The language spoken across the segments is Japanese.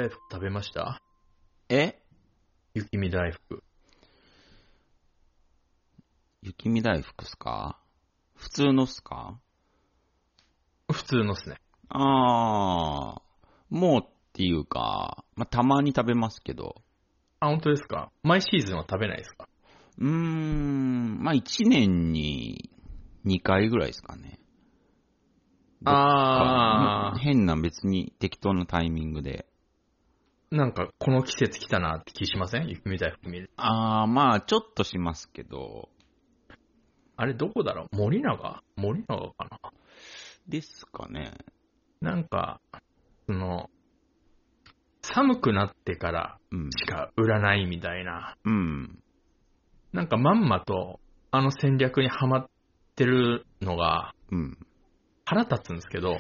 大福食べました？ え雪見大福。 雪見大福っすか？普通のっすか？ 普通のっすね。 あー、もうっていうか、たまに食べますけど。 あ、本当ですか？毎シーズンは食べないですか？ 1年に2回ぐらいですかね。どっか、 あ変な別に適当なタイミングで。 なんかこの季節来たなって気しません？雪見大福見る。 ちょっとしますけど。 あれどこだろう？森永かな？ ですかね。 なんか、寒くなってからしか売らないみたいな。 うん。 なんかまんまとあの戦略にはまってるのが腹立つんですけど、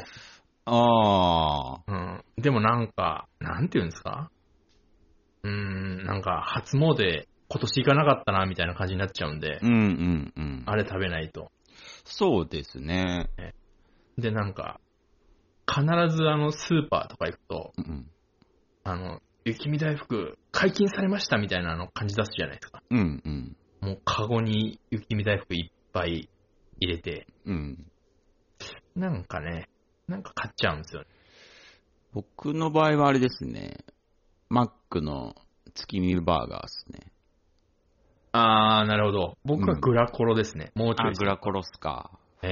でもなんか、なんていうんですか？なんか初詣今年行かなかったなみたいな感じになっちゃうんで、あれ食べないと。 そうですね。 で、なんか、必ずスーパーとか行くと、雪見大福解禁されましたみたいな感じ出すじゃないですか。もうカゴに雪見大福いっぱい入れて、なんかね、なんか買っちゃうんですよね。 僕の場合はあれですね。マックの月見バーガーですね。 なるほど。僕はグラコロですね。もうちょい。 グラコロっすか。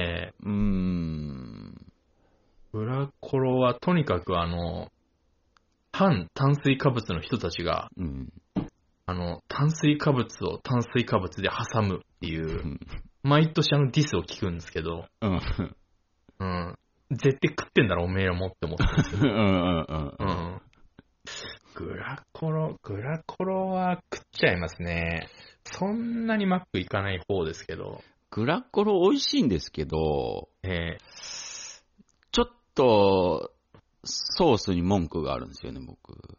グラコロはとにかく反炭水化物の人たちが、炭水化物を炭水化物で挟むっていう、毎年ディスを聞くんですけど、絶対食ってんだろおめえらもって思ってるんですけど、グラコロは食っちゃいますね。そんなにマック行かない方ですけど。 グラコロ美味しいんですけど、ちょっとソースに文句があるんですよね、僕。 こ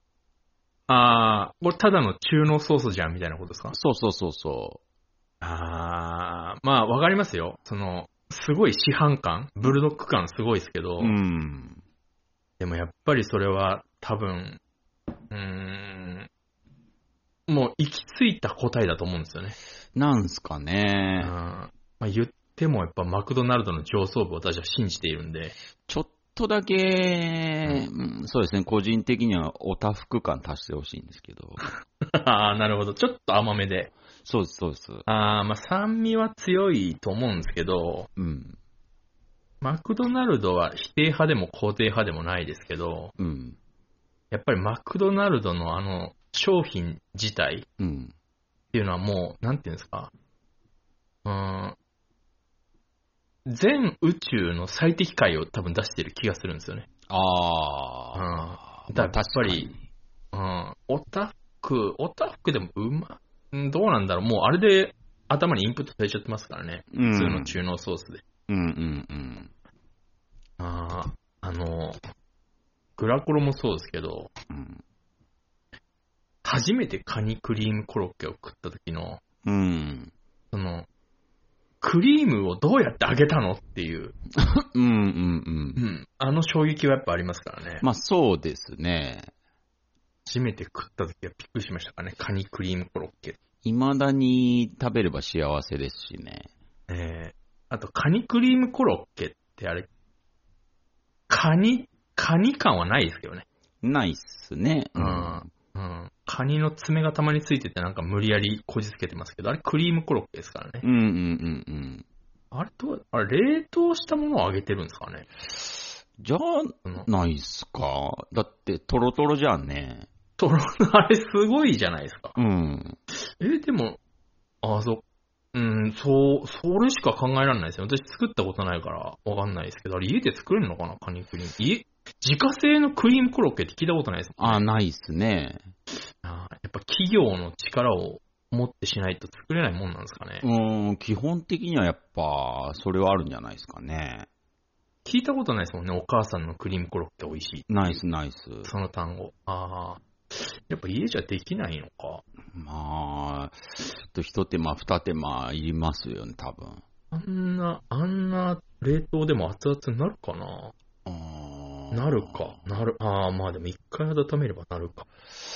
れただの中濃ソースじゃんみたいなことですか？ そう。 わかりますよ。すごい市販感、ブルドッグ感すごいですけど、でもやっぱりそれは多分、もう行き着いた答えだと思うんですよね。 なんすかね。 言ってもやっぱマクドナルドの上層部を私は信じているんで。 ちょっとだけ、そうですね、個人的にはおたふく感足してほしいんですけど。 なるほど。ちょっと甘めで。 そうです。 酸味は強いと思うんですけど、マクドナルドは否定派でも肯定派でもないですけど、やっぱりマクドナルドの商品自体っていうのはもう、なんていうんですか、全宇宙の最適解を多分出してる気がするんですよね。だからやっぱり、オタフクでもどうなんだろう。もうあれで頭にインプットされちゃってますからね。普通の中濃ソースで。グラコロもそうですけど、初めてカニクリームコロッケを食った時の、クリームをどうやって揚げたのっていう、衝撃はやっぱありますからね。 そうですね。 初めて食った時はびっくりしましたからね、カニクリームコロッケ。 未だに食べれば幸せですしね。 あと、カニクリームコロッケってあれ、カニ感はないですけどね。 ないっすね。 カニの爪がたまについててなんか無理やりこじつけてますけど、あれクリームコロッケですからね。あれ冷凍したものを揚げてるんですかね。 じゃないっすか。だってトロトロじゃんね。 あれすごいじゃないですか。でも、それしか考えられないですよ。私作ったことないからわかんないですけど、あれ家で作れるのかな、カニクリーム。自家製のクリームコロッケって聞いたことないですもんね。 ないっすね。 やっぱ企業の力を持ってしないと作れないもんなんですかね。 基本的にはやっぱ、それはあるんじゃないですかね。 聞いたことないですもんね。お母さんのクリームコロッケ美味しい。 ナイス。 その単語。やっぱ家じゃできないのか。 ちょっと一手間二手間いりますよね、多分。 あんな冷凍でも熱々になるかな。なるか。でも一回回温めればなるか。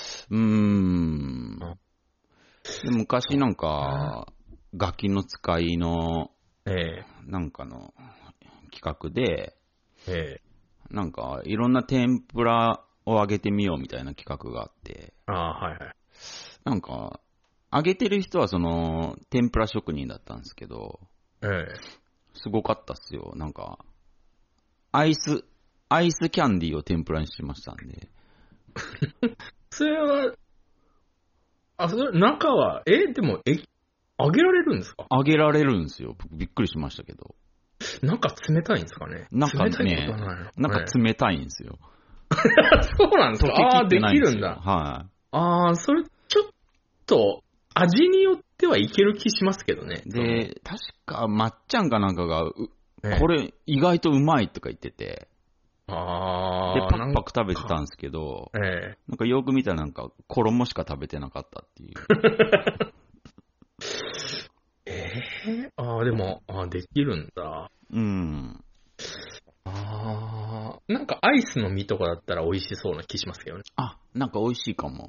で昔なんか、ガキの使いの、なんかの企画で、なんかいろんな天ぷらを揚げてみようみたいな企画があって、なんか、揚げてる人はその、天ぷら職人だったんですけど、すごかったっすよ。なんか、アイスキャンディーを天ぷらにしましたんで。 それは、それ中は、でも、揚げられるんですか？ 揚げられるんですよ。びっくりしましたけど。 中冷たいんですかね？ なんかね、なんか冷たいんですよ。 そうなんですか？できるんだ。 はい。 それちょっと、味によってはいける気しますけどね。 で、確か、まっちゃんかなんかが、これ意外とうまいとか言ってて、で、パクパク食べてたんですけど、なんかよく見たらなんか衣しか食べてなかったっていう。 でも、できるんだ。なんかアイスの実とかだったら美味しそうな気しますけどね。 なんか美味しいかも。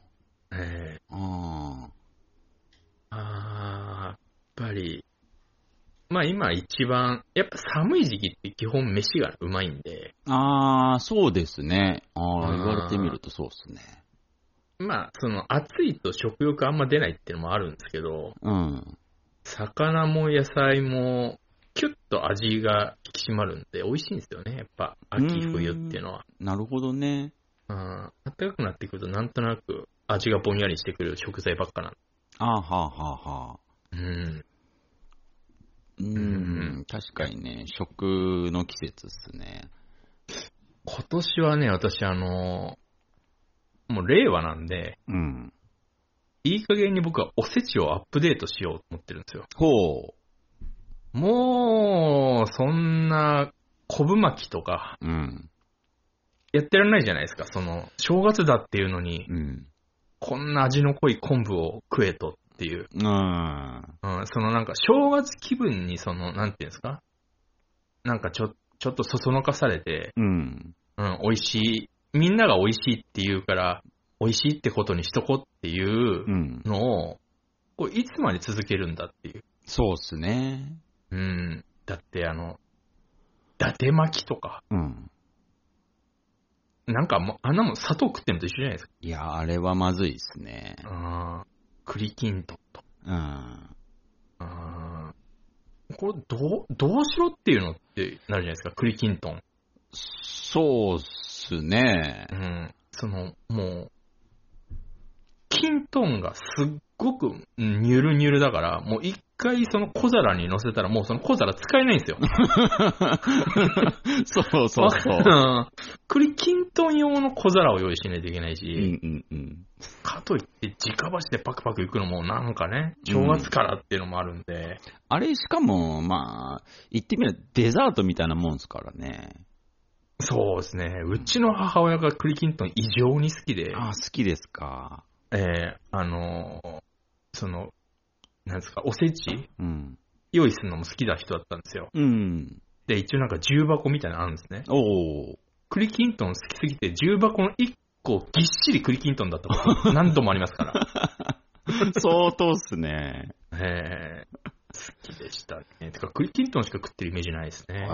やっぱり、まあ今一番、やっぱ寒い時期って基本飯がうまいんで。 そうですね。言われてみるとそうですね。 まあ、その暑いと食欲あんま出ないっていうのもあるんですけど、魚も野菜もキュッと味が引き締まるんで美味しいんですよね。やっぱ秋冬っていうのは。 なるほどね。 暖かくなってくるとなんとなく味がぼんやりしてくる食材ばっかなんで。 確かにね、食の季節っすね。 今年はね、私もう令和なんで、いい加減に僕はおせちをアップデートしようと思ってるんですよ。もう、そんな、昆布巻きとか、やってられないじゃないですか。その、正月だっていうのに、こんな味の濃い昆布を食えとっていう。そのなんか、正月気分にその、なんていうんですか？なんかちょっとそそのかされて、美味しい。みんなが美味しいって言うから、美味しいってことにしとこっていうのを、こういつまで続けるんだっていう。 そうっすね。 だって伊達巻きとか。なんかもう、あんなもん砂糖食ってんのと一緒じゃないですか。 いや、あれはまずいっすね。 栗きんとんと。これどうしろっていうのってなるじゃないですか、栗きんとん。 そうっすね。 もう、きんとんがすっごくニュルニュルだから、もう一回その小皿に乗せたらもうその小皿使えないんですよ。 そう。 栗きんとん用の小皿を用意しないといけないし、かといって直箸でパクパクいくのもなんかね、正月からっていうのもあるんで。 あれしかも、まあ、言ってみればデザートみたいなもんですからね。 そうですね。うちの母親が栗きんとん異常に好きで。 好きですか。 なんですか、おせち、用意するのも好きな人だったんですよ。で、一応なんか重箱みたいなのあるんですね。栗きんとん好きすぎて、重箱の1個ぎっしり栗きんとんだったこと何度もありますから。 相当っすね。 好きでしたね。てか、栗きんとんしか食ってるイメージないですね。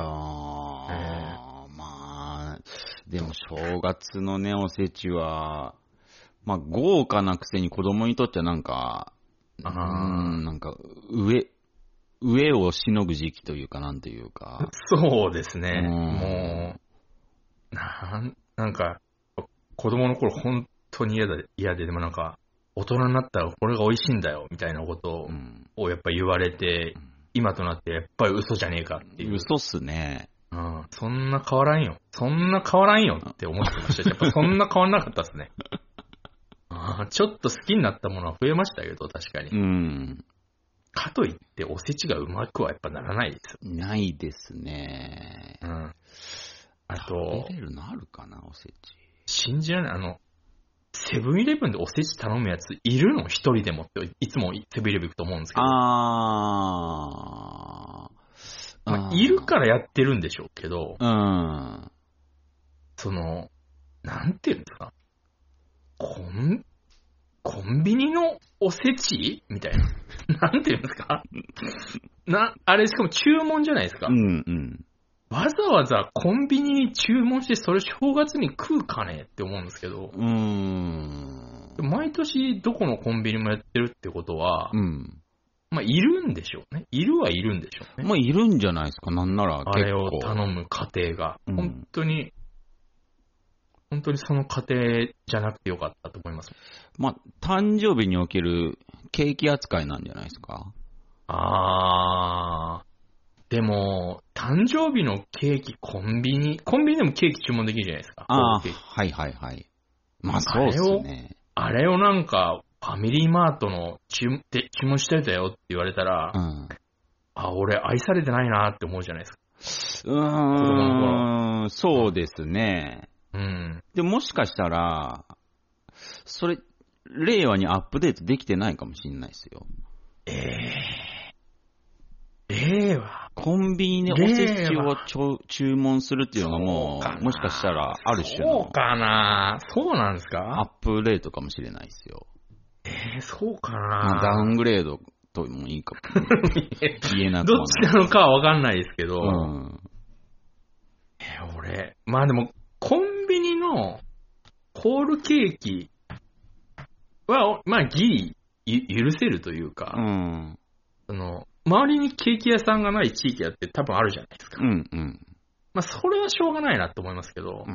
まあ、でも正月のね、おせちは、まあ、豪華なくせに子供にとってはなんか、なんか、上をしのぐ時期というか、なんというか。 そうですね。もう、なんか、子供の頃本当に嫌で、でもなんか、大人になったらこれが美味しいんだよ、みたいなことをやっぱ言われて、今となってやっぱり嘘じゃねえかっていう。 嘘っすね。 そんな変わらんよって思ってましたし、やっぱそんな変わんなかったですね。ちょっと好きになったものは増えましたけど、確かに。かといっておせちがうまくはやっぱならないですよ。 ないですね。 あと、 食べれるのあるかな、おせち。 信じられない。セブンイレブンでおせち頼むやついるの？一人でもっていつもセブンイレブン行くと思うんですけど。いるからやってるんでしょうけど、なんていうんですか。 コンビニのおせちみたいな。なんていうんですかあれしかも注文じゃないですか。 うんうん。 わざわざコンビニに注文してそれ正月に食うかねって思うんですけど。毎年どこのコンビニもやってるってことは、まあ、いるんでしょうね。いるはいるんでしょうね。 まあ、いるんじゃないですか。なんなら結構。 あれを頼む家庭が。本当にその家庭じゃなくてよかったと思います。 まあ、誕生日におけるケーキ扱いなんじゃないですか。 でも、誕生日のケーキコンビニでもケーキ注文できるじゃないですか。 はいはいはい。まあそうですね。 あれをなんか、ファミリーマートの注文してたよって言われたら、俺愛されてないなって思うじゃないですか。 そうですね。でもしかしたら、それ、令和にアップデートできてないかもしれないですよ。 令和コンビニでおせちを注文するっていうのがもしかしたらある種の。 そうかな。そうなんですか。 アップデートかもしれないですよ。 そうかな。 ダウングレードともいいかも。言えなくどっちなのかはわかんないですけど。まあでも、コンビニのホールケーキは、まあギリ許せるというか、周りにケーキ屋さんがない地域だって多分あるじゃないですか。まあそれはしょうがないなと思いますけど、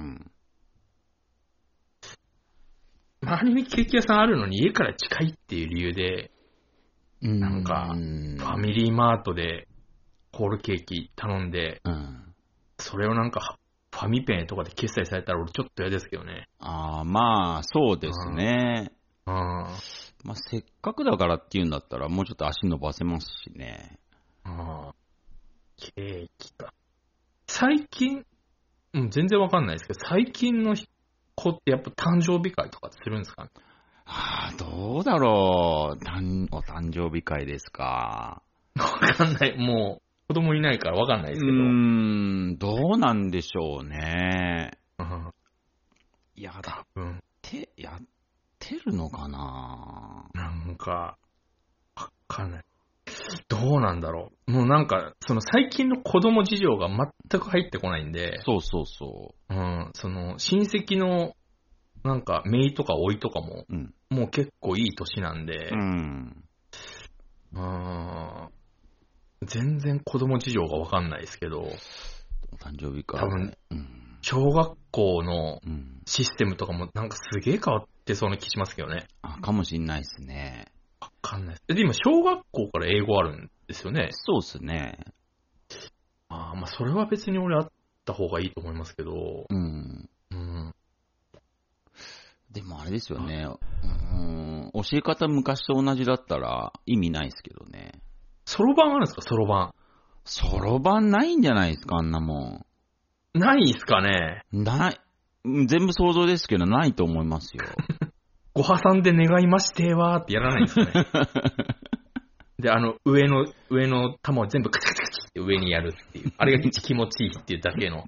周りにケーキ屋さんあるのに家から近いっていう理由で、なんか、ファミリーマートでホールケーキ頼んで、それをなんか、ファミペンとかで決済されたら俺ちょっと嫌ですけどね。 まあ、そうですね。まあ、せっかくだからっていうんだったら、もうちょっと足伸ばせますしね。 ケーキか。最近、全然わかんないですけど、最近の子ってやっぱ誕生日会とかするんですかね。 どうだろう。お誕生日会ですか。 わかんない。もう、子供いないからわかんないですけど。どうなんでしょうね。やってるのかな。 なんか、わかんない。どうなんだろう。もうなんか、その最近の子供事情が全く入ってこないんで。 そう。 その親戚の、なんか、姪とか甥いとかも、もう結構いい年なんで、全然子供事情がわかんないですけど、 お誕生日会多分、小学校のシステムとかもなんかすげえ変わってそうな気しますけどね。 かもしんないですね。 わかんないです。で、今小学校から英語あるんですよね。 そうですね。 まあそれは別に俺あった方がいいと思いますけど、 でもあれですよね。教え方昔と同じだったら意味ないですけどね。 そろばんあるんですか、そろばん。 そろばんないんじゃないですか、あんなもん。ないですかね。 ない。全部想像ですけど、ないと思いますよ。 ご破産で願いましてはってやらないんですかね。で、上の玉を全部カチカチカチって上にやるっていう。あれが気持ちいいっていうだけの。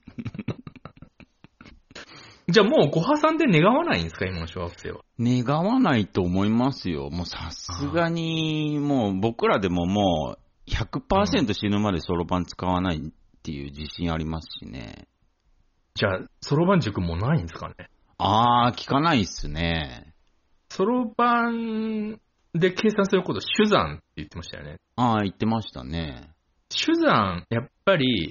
じゃあもうご破産で願わないんですか、今の小学生は。 願わないと思いますよ。もうさすがに、もう僕らでももう 100% 死ぬまでそろばん使わないっていう自信ありますしね。 じゃあ、そろばん塾もうないんですかね。 聞かないっすね。 そろばんで計算すること手算って言ってましたよね。 言ってましたね。 手算、やっぱり、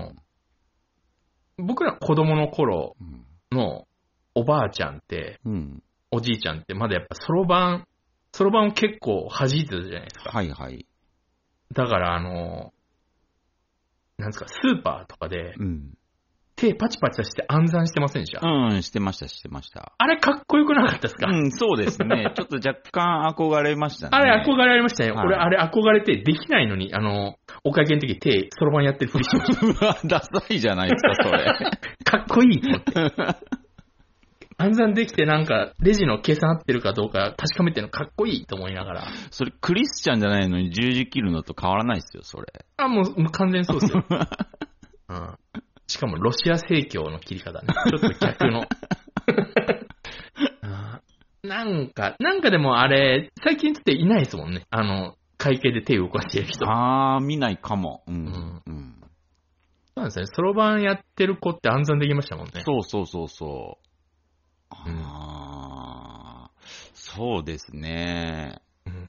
僕ら子供の頃のおばあちゃんって、おじいちゃんってまだやっぱそろばんを結構弾いてたじゃないですか。 はいはい。 だからなんですか、スーパーとかで、手パチパチして暗算してませんでした？ してました。 あれかっこよくなかったですか？ そうですね。ちょっと若干憧れましたね。 あれ憧れありましたね。俺あれ憧れてできないのに、お会計の時手そろばんやってるふりしてました。 ダサいじゃないですか、それ。 かっこいいと思って。暗算できてなんか、レジの計算合ってるかどうか確かめてるのかっこいいと思いながら。 それクリスチャンじゃないのに十字切るのと変わらないですよ、それ。 もう完全にそうですよ。しかもロシア正教の切り方ね。ちょっと逆の。 なんかでもあれ、最近っていないですもんね。会計で手を動かしてる人。 見ないかも。 そうなんですね。そろばんやってる子って暗算できましたもんね。 そう。そうですね。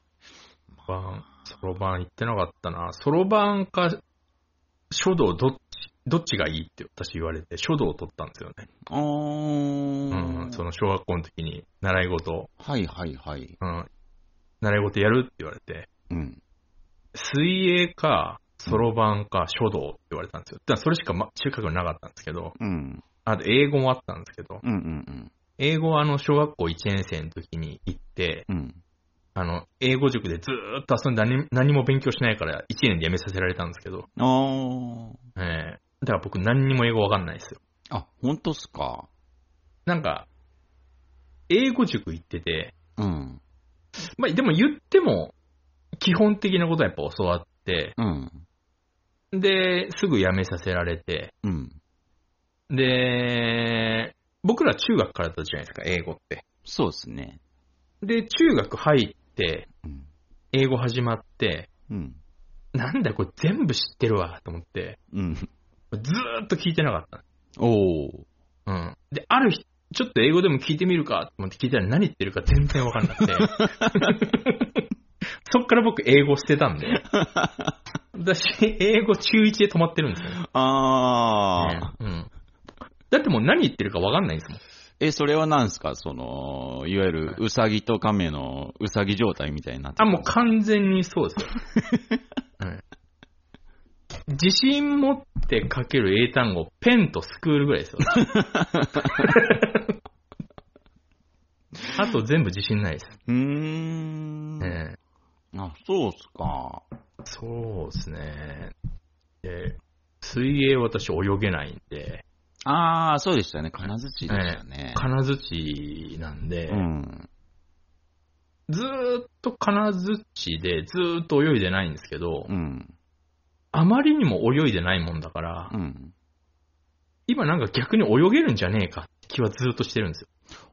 そろばん行ってなかったな。そろばんか書道どっちがいいって私言われて書道を取ったんですよね。その小学校の時に習い事。 習い事やるって言われて。水泳かそろばんか書道って言われたんですよ。だからそれしか中学になかったんですけど。あと英語もあったんですけど。英語は小学校1年生の時に行って、英語塾でずーっと遊んで何も勉強しないから1年で辞めさせられたんですけど。だから僕何にも英語わかんないですよ。 本当っすか。 なんか、英語塾行ってて、でも言っても、基本的なことはやっぱ教わって、で、すぐ辞めさせられて、で、僕ら中学からだったじゃないですか、英語って。 そうですね。で、 中学入って、英語始まって、なんだよこれ全部知ってるわ、と思って、ずーっと聞いてなかった。で、ある日、ちょっと英語でも聞いてみるかと思って聞いたら何言ってるか全然わかんなくて。そっから僕英語してたんで。私、英語中1で止まってるんですよ。だってもう何言ってるかわかんないんですもん。 それは何ですか？いわゆるウサギとカメのウサギ状態みたいになってる。 もう完全にそうですよ。自信持って書ける英単語、ペンとスクールぐらいですよ。あと全部自信ないです。 そうっすか。 そうですね。水泳私泳げないんで。 そうでしたね。金槌でしたね。 金槌なんで、ずーっと金槌でずーっと泳いでないんですけど、あまりにも泳いでないもんだから、今なんか逆に泳げるんじゃねえかって気はずーっとしてるんですよ。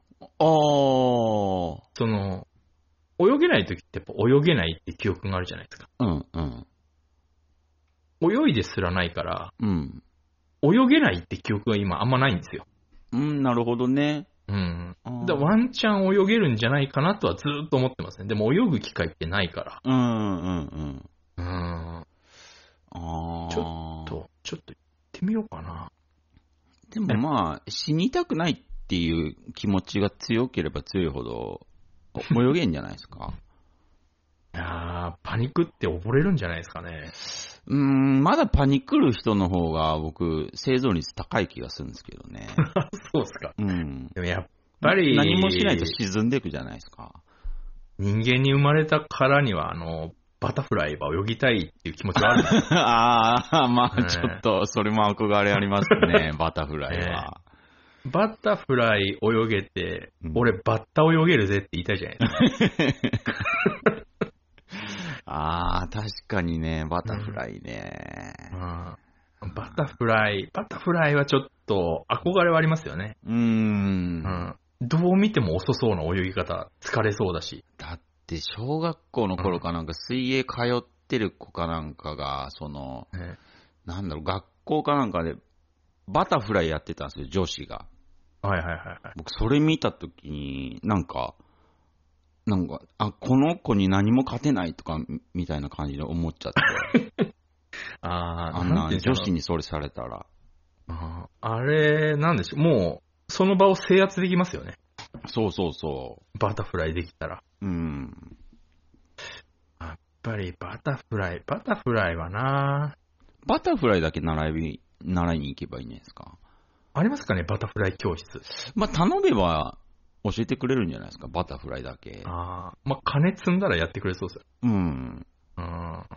泳げないときってやっぱ泳げないって記憶があるじゃないですか。泳いですらないから、泳げないって記憶が今あんまないんですよ。 なるほどね。 ワンチャン泳げるんじゃないかなとはずーっと思ってますね。でも泳ぐ機会ってないから。ちょっと行ってみようかな。 でも死にたくないっていう気持ちが強ければ強いほど泳げんじゃないですか。 いやー、パニックって溺れるんじゃないですかね。 まだパニックる人の方が僕、生存率高い気がするんですけどね。 そうですか。でもやっぱり、 何もしないと沈んでいくじゃないですか。 人間に生まれたからには、バタフライは泳ぎたいっていう気持ちがあるんですよ。 ちょっと、それも憧れありますね、バタフライは。 バタフライ泳げて、俺バッタ泳げるぜって言いたいじゃないですか。 確かにね、バタフライね。 バタフライはちょっと憧れはありますよね。どう見ても遅そうな泳ぎ方、疲れそうだし。 だって小学校の頃かなんか水泳通ってる子かなんかが、学校かなんかでバタフライやってたんですよ、女子が。僕それ見たときに、この子に何も勝てないとか、みたいな感じで思っちゃって。女子にそれされたら。 あれ、なんでしょう、もう、その場を制圧できますよね。 そうバタフライできたら。やっぱりバタフライはな。 バタフライだけ習いに行けばいいんじゃないですか。 ありますかね、バタフライ教室。 頼めば教えてくれるんじゃないですか、バタフライだけ。 金積んだらやってくれそうですよ。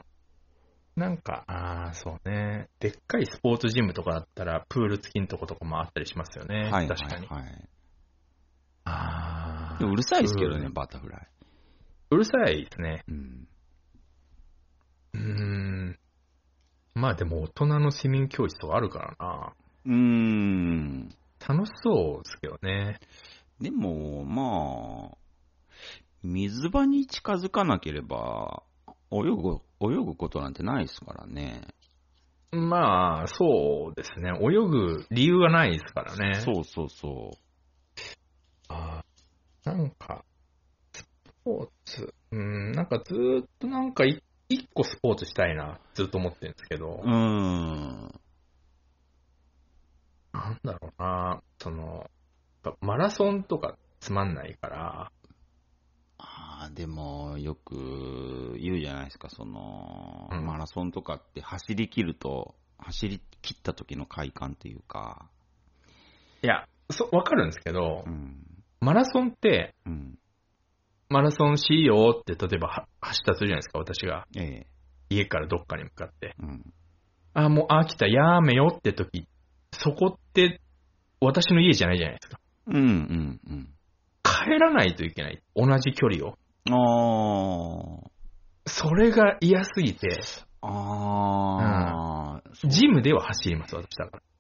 そうね。でっかいスポーツジムとかだったら、プール付きのとことかもあったりしますよね。確かに。 でもうるさいですけどね、バタフライ。 うるさいですね。でも大人の市民教室とかあるからな。楽しそうですけどね。 でも、 水場に近づかなければ、泳ぐことなんてないですからね。 まあ、そうですね。泳ぐ理由がないですからね。 そうそうそう。 なんか、スポーツ、なんかずーっとなんか一個スポーツしたいな、ずっと思ってるんですけど。なんだろうな、マラソンとかつまんないから。 でも、よく言うじゃないですか、マラソンとかって走り切った時の快感というか。 いや、わかるんですけど、マラソンって、マラソンしようって、例えば走ったとするじゃないですか、私が。家からどっかに向かって。もう飽きた、やめよって時、そこって私の家じゃないじゃないですか。帰らないといけない。同じ距離を。それが嫌すぎて。ジムでは走ります、私だから。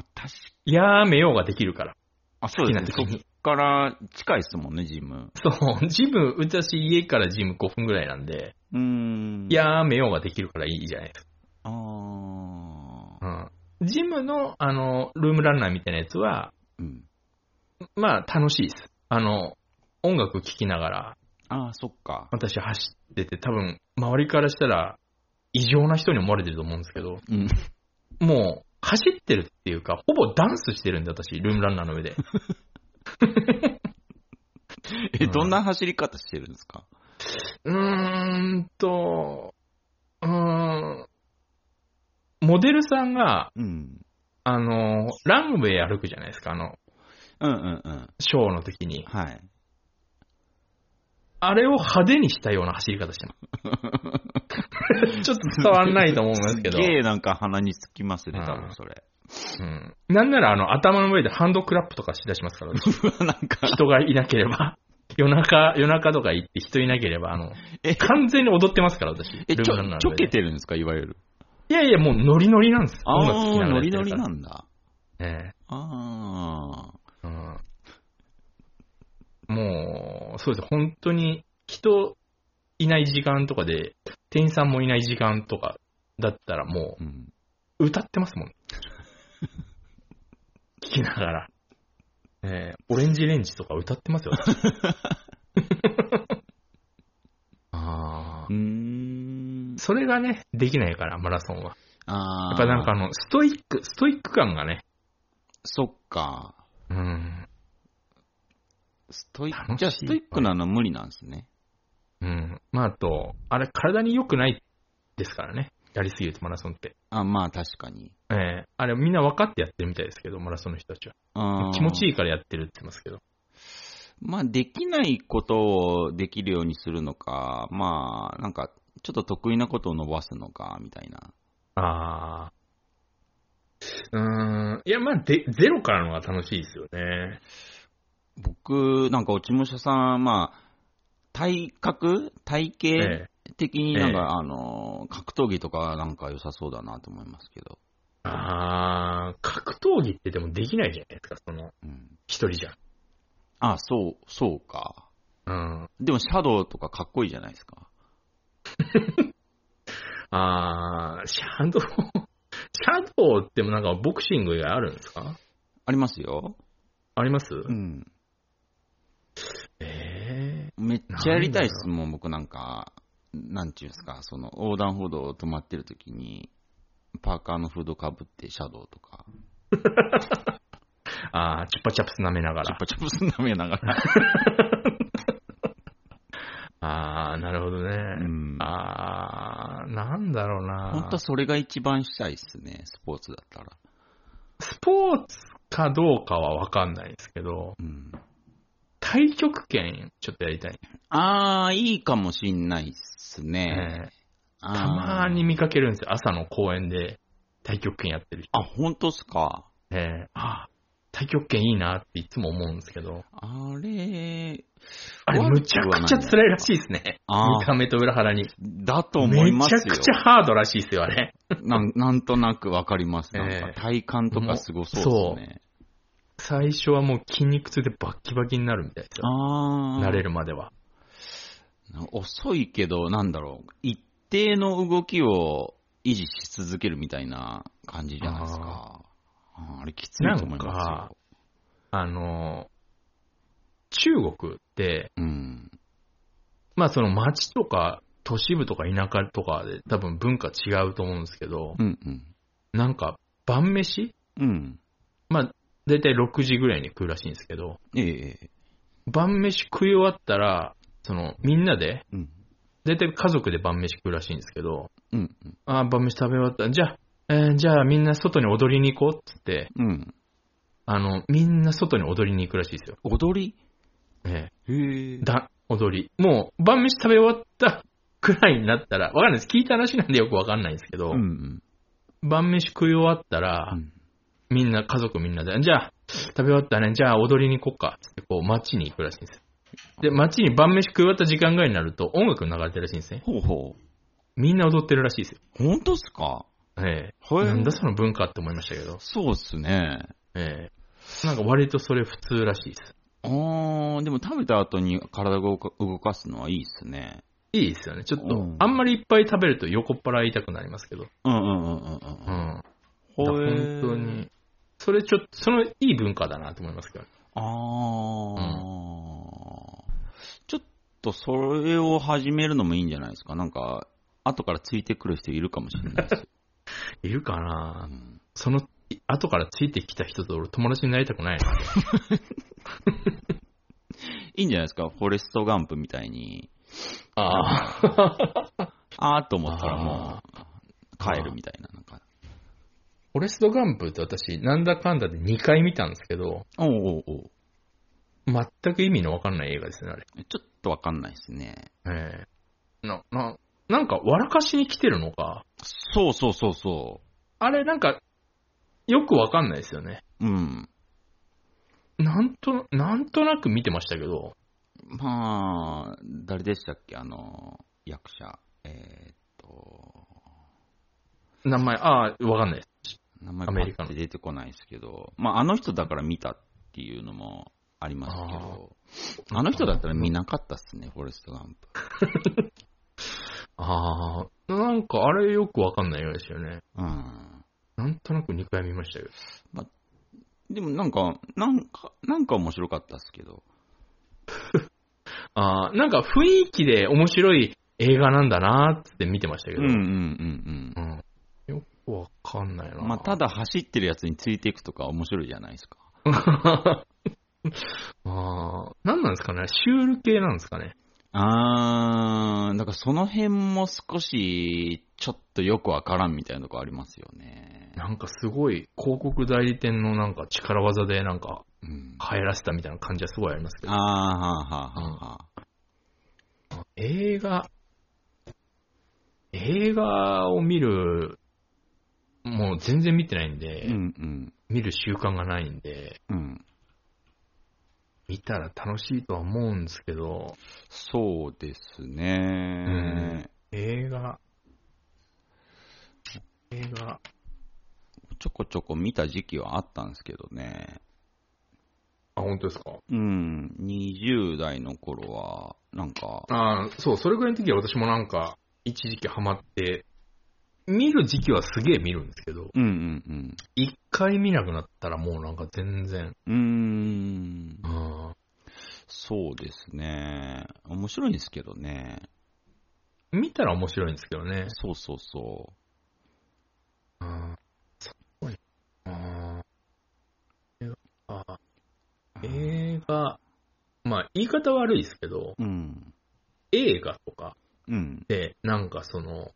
やめようができるから。 そうですね。そっから近いですもんね、ジム。 そう、私家からジム5分ぐらいなんで、やめようができるからいいじゃないですか。ジムの、ルームランナーみたいなやつは、まあ、楽しいです。音楽聴きながら、 そっか。 私走ってて、多分、周りからしたら、異常な人に思われてると思うんですけど、もう、走ってるっていうか、ほぼダンスしてるんで、私、ルームランナーの上で。 どんな走り方してるんですか？ モデルさんが、ランウェイ歩くじゃないですか、ショーの時に。 はい。 あれを派手にしたような走り方してます。ちょっと伝わんないと思うんですけど。 すげえなんか鼻につきますね、多分それ。 なんなら頭の上でハンドクラップとかしだしますから、なんか人がいなければ。夜中とか行って人いなければ、完全に踊ってますから、私。 ちょけてるんですか、いわゆる。 いやいや、もうノリノリなんです。音楽聴きながらノリノリなんだ。 もう、そうです。本当に人いない時間とかで、店員さんもいない時間とかだったらもう、歌ってますもん。聴きながら。オレンジレンジとか歌ってますよ。それがね、できないから、マラソンは。やっぱなんかストイック感がね。 そっか。ストイックなの無理なんですね。 まあ、あと、あれ、体に良くないですからね。やりすぎるとマラソンって。 まあ確かに。 あれみんな分かってやってるみたいですけど、マラソンの人たちは。気持ちいいからやってるって言ってますけど。 まあできないことをできるようにするのか、まあなんかちょっと得意なことを伸ばすのか、みたいな。 いやまあゼロからのが楽しいですよね。 僕、なんか落ち武者さん、まあ、体型的になんか、格闘技とかなんか良さそうだなと思いますけど。 格闘技ってでもできないじゃないですか、一人じゃ。 そうか。でもシャドウとかかっこいいじゃないですか。 シャドウってもなんかボクシングがあるんですか？ ありますよ。 あります？ めっちゃやりたいっすもん、僕なんか、なんちゅうんですか、横断歩道止まってる時に、パーカーのフードかぶってシャドウとか。 チュッパチャプス舐めながら。 チュッパチャプス舐めながら。 なるほどね。なんだろうな。 本当それが一番したいっすね、スポーツだったら。 スポーツかどうかは分かんないですけど、太極拳ちょっとやりたい。 いいかもしんないっすね。 たまに見かけるんですよ。朝の公園で太極拳やってる人。 本当っすか？ 太極拳いいなっていつも思うんですけど。 あれむちゃくちゃ辛いらしいですね。見た目と裏腹に。 だと思いますよ。 めちゃくちゃハードらしいですよ、あれ。 なんとなくわかります。なんか体幹とかすごそうですね。 最初はもう筋肉痛でバッキバキになるみたいですよ。慣れるまでは。 遅いけど、なんだろう、一定の動きを維持し続けるみたいな感じじゃないですか。あれきついと思いますよ。 中国って、まあその町とか都市部とか田舎とかで多分文化違うと思うんですけど、なんか晩飯、まあだいたい6時ぐらいに食うらしいんですけど、晩飯食い終わったら、みんなで、だいたい家族で晩飯食うらしいんですけど、晩飯食べ終わったら、じゃあみんな外に踊りに行こうって言って、みんな外に踊りに行くらしいですよ。 踊り？ 踊り。もう晩飯食べ終わったくらいになったら、わかんないです。聞いた話なんでよくわかんないんですけど、晩飯食い終わったら、みんな、家族みんなで、じゃあ、食べ終わったね、じゃあ踊りに行こっか、ってこう街に行くらしいんですよ。で、街に晩飯食い終わった時間ぐらいになると音楽流れてるらしいんですね。みんな踊ってるらしいですよ。 本当っすか？ なんだその文化って思いましたけど。 そうっすね。 なんか割とそれ普通らしいです。 でも食べた後に体を動かすのはいいっすね。 いいですよね。ちょっと、あんまりいっぱい食べると横っ腹痛くなりますけど。本当に。それちょっと、そのいい文化だなと思いますけど。 ちょっとそれを始めるのもいいんじゃないですか。なんか、後からついてくる人いるかもしれないです。 いるかな、その、後からついてきた人と俺友達になりたくないな。 いいんじゃないですか。フォレストガンプみたいに。と思ったらもう、帰るみたいな。なんかフォレストガンプって私、なんだかんだで2回見たんですけど、全く意味のわかんない映画ですね、あれ。 ちょっとわかんないですね。 なんか、笑かしに来てるのか。 そう。 あれ、なんか、よくわかんないですよね。なんとなく見てましたけど。 まあ、誰でしたっけ、役者。 名前、わかんないです。 名前パッて出てこないですけど、まあ、あの人だから見たっていうのもありますけど、あの人だったら見なかったっすね、フォレストガンプ。 なんかあれよくわかんない映画ですよね。なんとなく2回見ましたけど。 でもなんか面白かったっすけど。 なんか雰囲気で面白い映画なんだなーって見てましたけど。よくわかんないな。 ただ走ってるやつについていくとか面白いじゃないですか。 何なんですかね、シュール系なんですかね。 だからその辺も少しちょっとよくわからんみたいなとこありますよね。 なんかすごい広告代理店のなんか力技でなんか流行らせたみたいな感じはすごいありますけど。映画を見る、もう全然見てないんで、見る習慣がないんで、見たら楽しいとは思うんですけど。 そうですね。 映画。 ちょこちょこ見た時期はあったんですけどね。 本当ですか ？20代の頃は、なんか。 そう、それぐらいの時は私もなんか、一時期ハマって、見る時期はすげえ見るんですけど、一回見なくなったらもうなんか全然。 そうですね。面白いんですけどね。 見たら面白いんですけどね。 そう。 すごい。映画、まあ言い方悪いですけど、映画とかで、なんか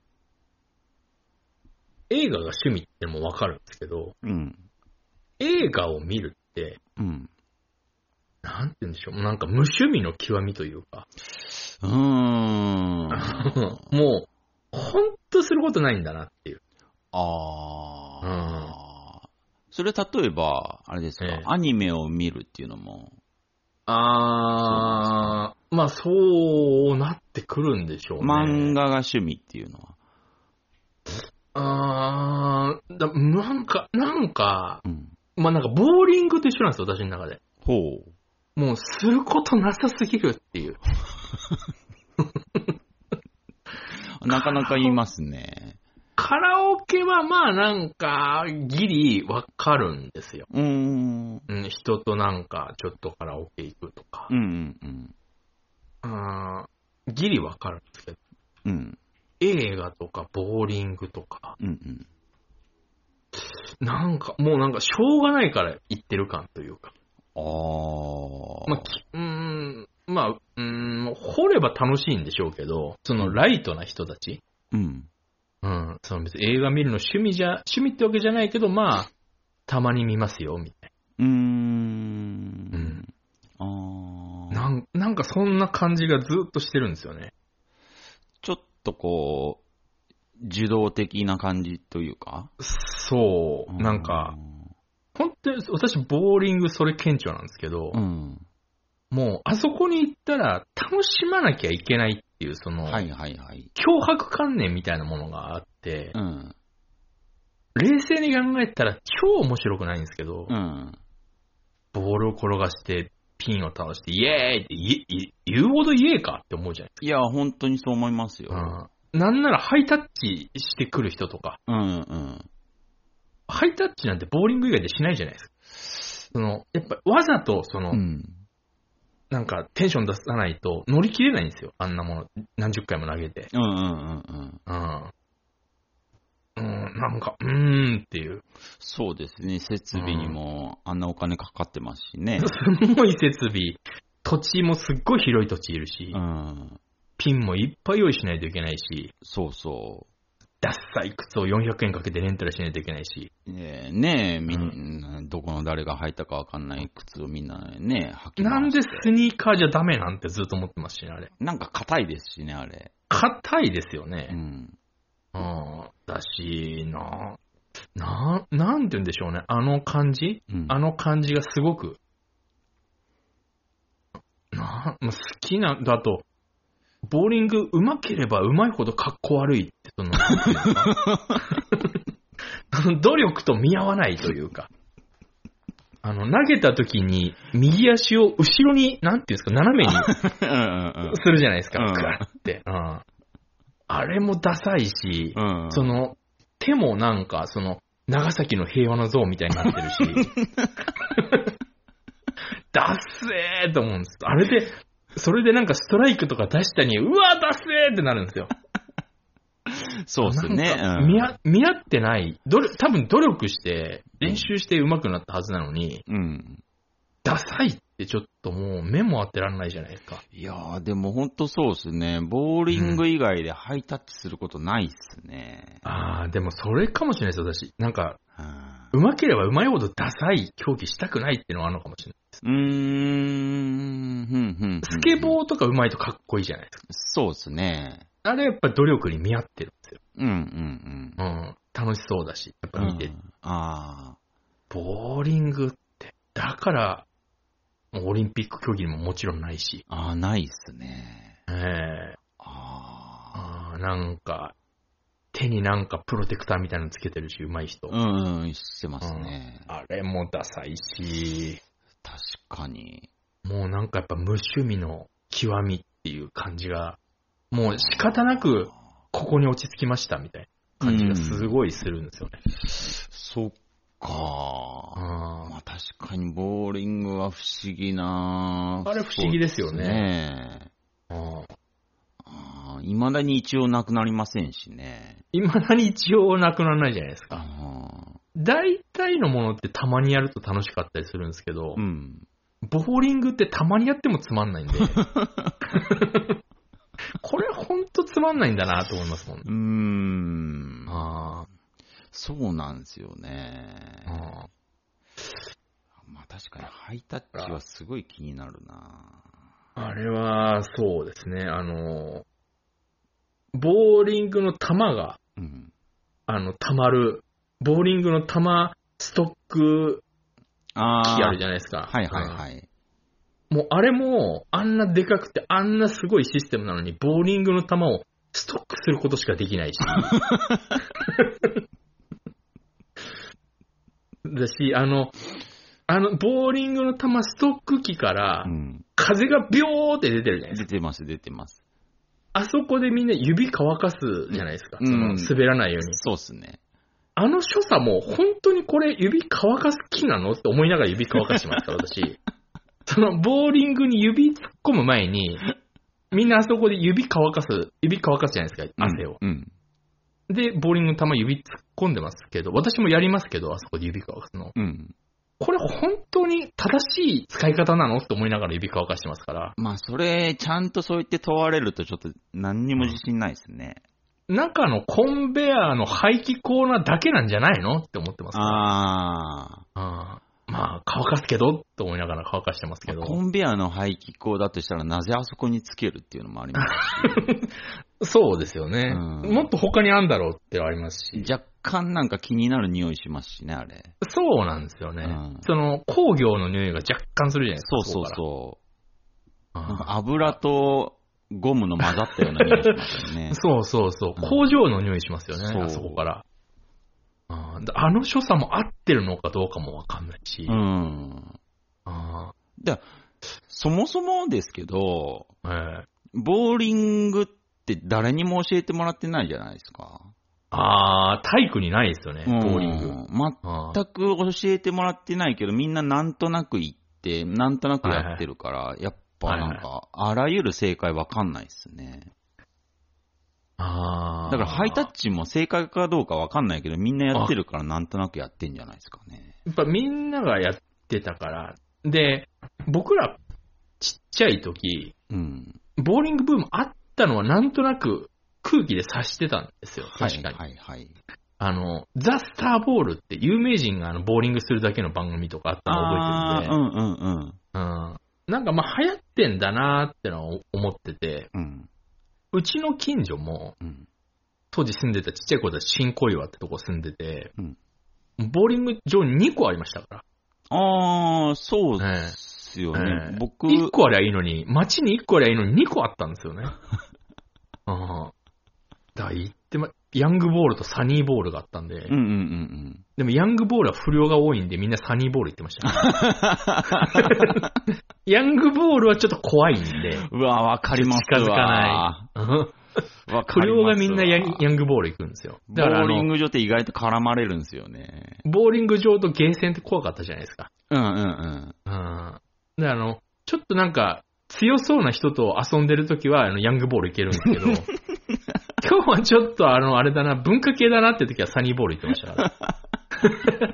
映画が趣味ってのもわかるんですけど、映画を見るって、なんて言うんでしょう、なんか無趣味の極みというか、もう、ほんとすることないんだなっていう。 それ例えば、あれですか、アニメを見るっていうのも。 まあそうなってくるんでしょうね。 漫画が趣味っていうのは。なんか、まあなんかボーリングと一緒なんですよ、私の中で。もうすることなさすぎるっていう。 なかなか言いますね。 カラオケはまあなんか、ギリわかるんですよ。人となんか、ちょっとカラオケ行くとか。ギリわかるんですけど。映画とか、ボーリングとか。なんか、もうなんか、しょうがないから行ってる感というか。掘れば楽しいんでしょうけど、そのライトな人たち。その別に映画見るの趣味ってわけじゃないけど、まあ、たまに見ますよ、みたいな。なんかそんな感じがずっとしてるんですよね。 ちょっとこう、受動的な感じというか？ そう、なんか、本当に私、ボーリングそれ顕著なんですけど、もう、あそこに行ったら楽しまなきゃいけないっていう、その、脅迫観念みたいなものがあって、冷静に考えたら超面白くないんですけど、ボールを転がして、ピンを倒して、イエーイって言うほどイエーかって思うじゃないですか。 いや、本当にそう思いますよ。 なんならハイタッチしてくる人とか、ハイタッチなんてボーリング以外でしないじゃないですか。その、やっぱわざと、その、なんかテンション出さないと乗り切れないんですよ。あんなもの何十回も投げて。なんか、っていう。 そうですね。設備にもあんなお金かかってますしね。 すごい設備。土地もすっごい広い土地いるし、ピンもいっぱい用意しないといけないし。 そうそう。 ダッサい靴を400円かけてレンタルしないといけないし。 みんな、どこの誰が履いたかわかんない靴をみんなね、履きます。 なんでスニーカーじゃダメなんてずっと思ってますしね、あれ。 なんか硬いですしね、あれ。 硬いですよね。だし、なんて言うんでしょうね。あの感じ、あの感じがすごく、好きな、だと、ボーリング上手ければ上手いほどかっこ悪いって、その、努力と見合わないというか、投げた時に右足を後ろに、なんていうんですか、斜めにするじゃないですか、グラって。あれもダサいし、その、手もなんか、その、長崎の平和の像みたいになってるし、ダッセーと思うんです。あれで、それでなんかストライクとか出したに、うわ、ダッセーってなるんですよ。 そうですね。 見合ってない、多分努力して、練習して上手くなったはずなのに、ダサいってちょっともう目も当てられないじゃないですか。 いやー、でも本当そうですね。ボーリング以外でハイタッチすることないっすね。 でもそれかもしれないです、私。なんか、上手ければ上手いほどダサい競技したくないっていうのがあるのかもしれないです。スケボーとか上手いとかっこいいじゃないですか。 そうですね。 あれやっぱ努力に見合ってるんですよ。楽しそうだし、やっぱ見て。ボーリングって、だから、オリンピック競技にももちろんないし。 ないっすね。 なんか、手になんかプロテクターみたいなのつけてるし、上手い人。 してますね。 あれもダサいし。 確かに。 もうなんかやっぱ無趣味の極みっていう感じが、もう仕方なくここに落ち着きましたみたいな感じがすごいするんですよね。 そっか。まあ確かにボーリングは不思議な。 あれ不思議ですよね。 未だに一応なくなりませんしね。 未だに一応なくならないじゃないですか。大体のものってたまにやると楽しかったりするんですけど、ボーリングってたまにやってもつまんないんで、これほんとつまんないんだなと思いますもん。 そうなんですよね。まあ確かにハイタッチはすごい気になるな。 あれはそうですね。ボーリングの球が、溜まる、ボーリングの球ストック機あるじゃないですか。もうあれも、あんなでかくて、あんなすごいシステムなのに、ボーリングの球をストックすることしかできないし。だし、ボーリングの球ストック機から、風がビョーって出てるじゃないですか。 出てます。 あそこでみんな指乾かすじゃないですか。その滑らないように。 そうっすね。 あの所作も本当にこれ指乾かす気なのって思いながら指乾かしてますから、私。そのボーリングに指突っ込む前に、みんなあそこで指乾かすじゃないですか、汗を。で、ボーリングの球指突っ込んでますけど、私もやりますけど、あそこで指乾かすの。これ本当に正しい使い方なのって思いながら指乾かしてますから。 まあ、それ、ちゃんとそう言って問われるとちょっと何にも自信ないですね。 中のコンベアの排気口なだけなんじゃないのって思ってます。 ああ。まあ、乾かすけどって思いながら乾かしてますけど。 コンベアの排気口だとしたらなぜあそこにつけるっていうのもありますし。そうですよね。もっと他にあるんだろうってありますし。 若干なんか気になる匂いしますしね、あれ。 そうなんですよね。その工業の匂いが若干するじゃないですか。 そう。なんか油とゴムの混ざったような匂いしますよね。 そう。工場の匂いしますよね、あそこから。あの所作も合ってるのかどうかもわかんないし。 そもそもですけど、ボーリングって誰にも教えてもらってないじゃないですか。 体育にないですよね、ボーリング。 全く教えてもらってないけど、みんななんとなく言って、なんとなくやってるから、やっぱなんか、あらゆる正解わかんないですね。だからハイタッチも正解かどうかわかんないけど、みんなやってるからなんとなくやってんじゃないですかね。 やっぱみんながやってたから。で、僕らちっちゃい時、ボーリングブームあったのはなんとなく空気で察してたんですよ。確かに。ザ・スターボールって有名人がボーリングするだけの番組とかあったのを覚えてるんで、なんかまあ流行ってんだなーってのを思ってて、うちの近所も、当時住んでたちっちゃい頃だと新小岩ってとこ住んでて、ボーリング場2個ありましたから。 そうですよね。僕 1個ありゃいいのに、街に1個ありゃいいのに2個あったんですよね。だ言ってヤングボールとサニーボールがあったんで、でもヤングボールは不良が多いんでみんなサニーボール言ってましたね。ヤングボールはちょっと怖いんで。 うわ、わかりますわ。 近づかない。不良がみんなヤングボール行くんですよ。 だからボーリング場って意外と絡まれるんですよね。 ボーリング場とゲーセンって怖かったじゃないですか。でちょっとなんか強そうな人と遊んでるときはヤングボール行けるんですけど、今日はちょっとあれだな、文化系だなって時はサニーボール行ってましたから。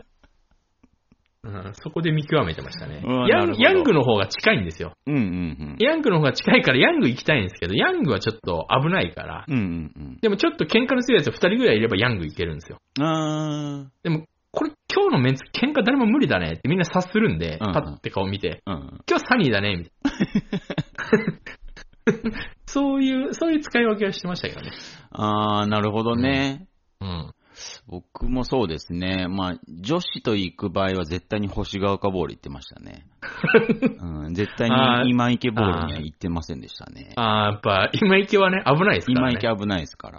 そこで見極めてましたね。ヤングの方が近いんですよ。ヤングの方が近いからヤング行きたいんですけど、ヤングはちょっと危ないから。でもちょっと喧嘩の強いやつ2人ぐらいいればヤング行けるんですよ。でも、これ今日のメンツ喧嘩誰も無理だねってみんな察するんで、パッて顔見て、今日サニーだね、みたいな。そういう使い分けはしてましたけどね。 なるほどね。僕もそうですね。まあ、女子と行く場合は絶対に星ヶ丘ボール行ってましたね。絶対に今池ボールには行ってませんでしたね。 やっぱ今池はね、危ないですからね。 今池危ないですから。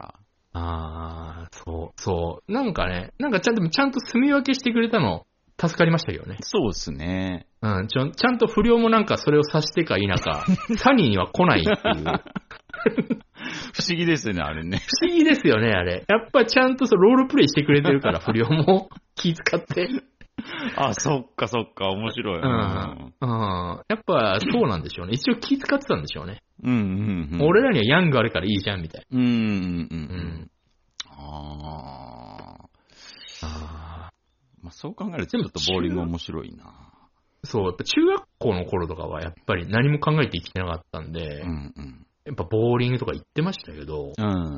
そう。なんかね、ちゃんと住み分けしてくれたの助かりましたけどね。 そうですね。 ちゃんと不良もなんかそれを察してか否か、サニーには来ないっていう。 不思議ですよね、あれね。 不思議ですよね、あれ。やっぱちゃんとロールプレイしてくれてるから、不良も気使って。 そっか、面白い。 やっぱそうなんでしょうね。一応気使ってたんでしょうね。俺らにはヤングあるからいいじゃん、みたいな。 まあ、そう考えるとちょっとボーリング面白いな。 そう、やっぱ中学校の頃とかはやっぱり何も考えて生きてなかったんで、やっぱボーリングとか行ってましたけど、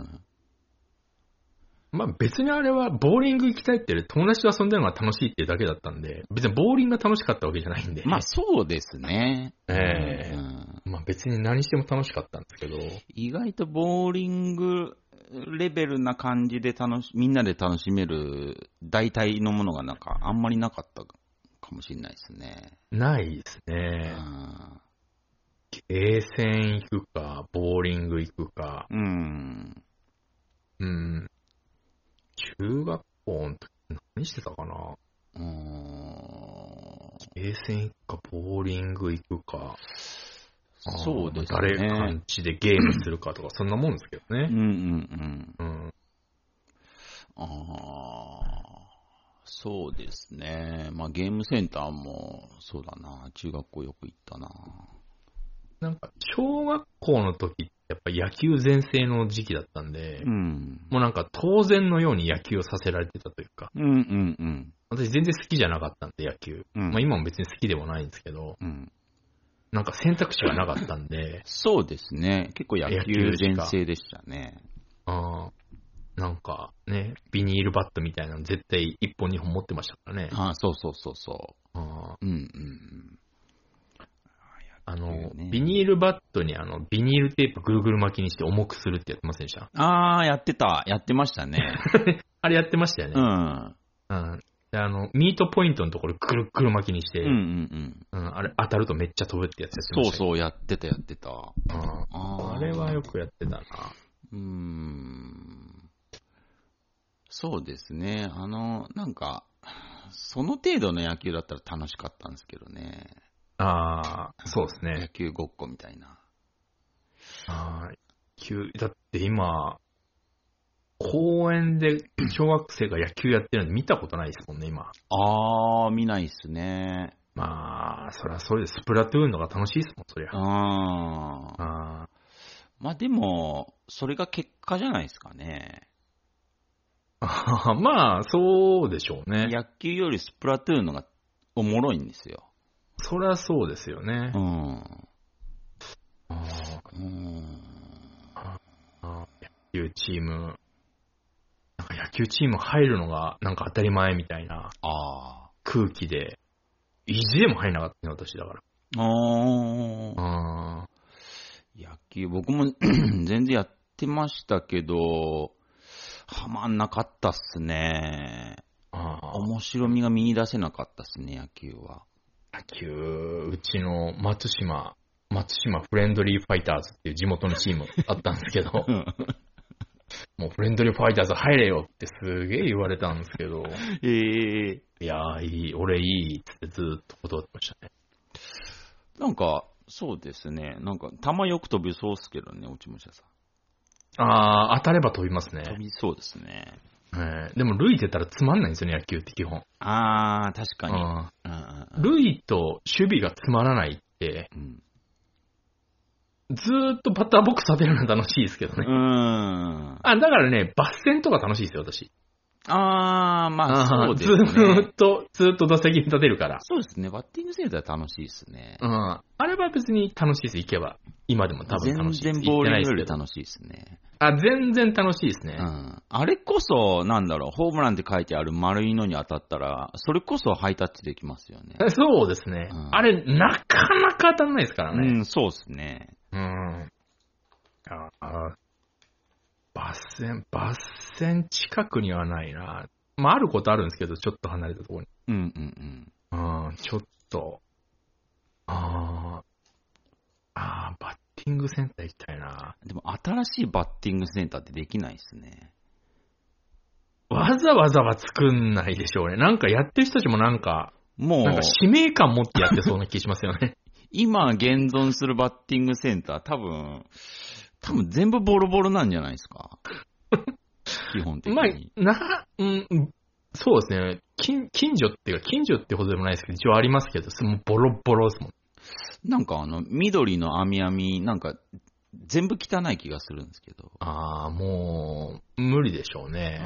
まあ別にあれはボーリング行きたいって友達と遊んでるのが楽しいっていうだけだったんで、別にボーリングが楽しかったわけじゃないんで。 まあそうですね。 まあ別に何しても楽しかったんですけど。 意外とボーリングレベルな感じでみんなで楽しめる代替のものがなんかあんまりなかったかもしれないですね。 ないですね。ゲーセン行くか、ボーリング行くか。中学校の時何してたかな。ゲーセン行くか、ボーリング行くか。 そうですね。 誰かんちでゲームするかとか、そんなもんですけどね。 そうですね。まあゲームセンターも、そうだな。中学校よく行ったな。 なんか、小学校の時ってやっぱ野球全盛の時期だったんで、もうなんか当然のように野球をさせられてたというか、私全然好きじゃなかったんで、野球。まあ今も別に好きでもないんですけど、なんか選択肢がなかったんで。 そうですね。結構野球全盛でしたね。 なんかね、ビニールバットみたいなの絶対1本2本持ってましたからね。 そうそうそうそう。 ビニールバットにビニールテープぐるぐる巻きにして重くするってやってませんでした？ やってましたね。 あれやってましたよね。でミートポイントのところぐるぐる巻きにして、あれ当たるとめっちゃ飛ぶってやつやってました。 そうそう、やってた。 あれはよくやってたな。 そうですね。なんか、その程度の野球だったら楽しかったんですけどね。 そうですね。 野球ごっこみたいな。 だって今、公園で小学生が野球やってるの見たことないですもんね、今。 見ないっすね。 まあ、そりゃそうです。スプラトゥーンのが楽しいですもん、そりゃ。 まあでも、それが結果じゃないですかね。 まあ、そうでしょうね。 野球よりスプラトゥーンのがおもろいんですよ。 そりゃそうですよね。野球チーム、なんか野球チーム入るのがなんか当たり前みたいな空気で、意地でも入んなかったね、私だから。 野球、僕も全然やってましたけど、はまんなかったっすね。面白みが見出せなかったっすね、野球は。 うちの松島フレンドリーファイターズっていう地元のチームあったんですけど、もうフレンドリーファイターズ入れよってすげえ言われたんですけど、いやいい、俺いいってずっと断ってましたね。 なんか、そうですね。なんか、球よく飛びそうっすけどね、落ち武者さん。 当たれば飛びますね。 飛びそうですね。 でも、塁出たらつまんないんですよね、野球って基本。 確かに。塁と守備がつまらないって、ずーっとバッターボックス立てるの楽しいですけどね。だからね、バッセンとか楽しいですよ、私。 まあそうですね。 ずっと打席に立てるから。 そうですね。バッティングセンター楽しいですね。 あれは別に楽しいです、行けば。今でも多分楽しいです。 全然ボールより楽しいですね。 全然楽しいですね。 あれこそ、なんだろう、ホームランって書いてある丸いのに当たったら、それこそハイタッチできますよね。 そうですね。あれ、なかなか当たんないですからね。 そうですね。 バッセン近くにはないな。まあ、あることあるんですけど、ちょっと離れたところに。ちょっと、バッティングセンター行きたいな。 でも、新しいバッティングセンターってできないですね。 わざわざは作んないでしょうね。なんかやってる人たちもなんか使命感持ってやってそうな気しますよね。 今現存するバッティングセンター、多分全部ボロボロなんじゃないですか。基本的に。そうですね。近所ってほどでもないですけど、一応ありますけど、もうボロボロですもん。 なんか緑の網網、なんか全部汚い気がするんですけど。 もう無理でしょうね。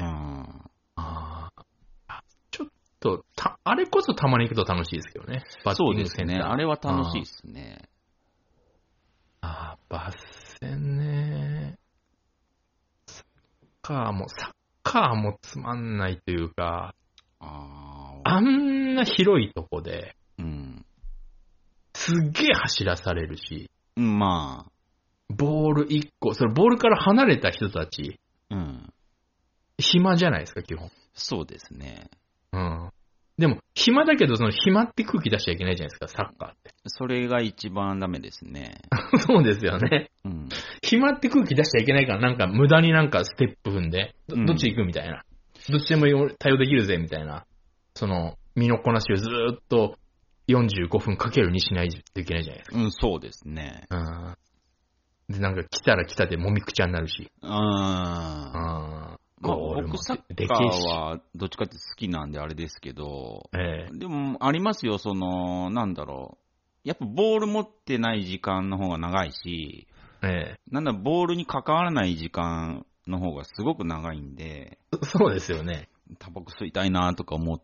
ちょっとあれこそたまに行くと楽しいですけどね。バッティングセンター。そうですね。 あれは楽しいですね。 バッセンね。サッカーもつまんないというか、あんな広いとこで、すっげえ走らされるし、ボール1個、それボールから離れた人たち、暇じゃないですか、基本。 そうですね。 でも、暇だけど、その暇って空気出しちゃいけないじゃないですか、サッカーって。 それが一番ダメですね。 そうですよね。暇って空気出しちゃいけないから、なんか無駄になんかステップ踏んで、どっち行くみたいな。どっちでも対応できるぜ、みたいな。その、身のこなしをずーっと 45分かける2しないといけないじゃないですか。 うん、そうですね。 で、なんか来たら来たでもみくちゃになるし。 まあ、僕サッカーはどっちかって好きなんであれですけど、でもありますよ、なんだろう。やっぱボール持ってない時間の方が長いし、なんだ、ボールに関わらない時間の方がすごく長いんで、 そうですよね。 タバコ吸いたいなとか思って、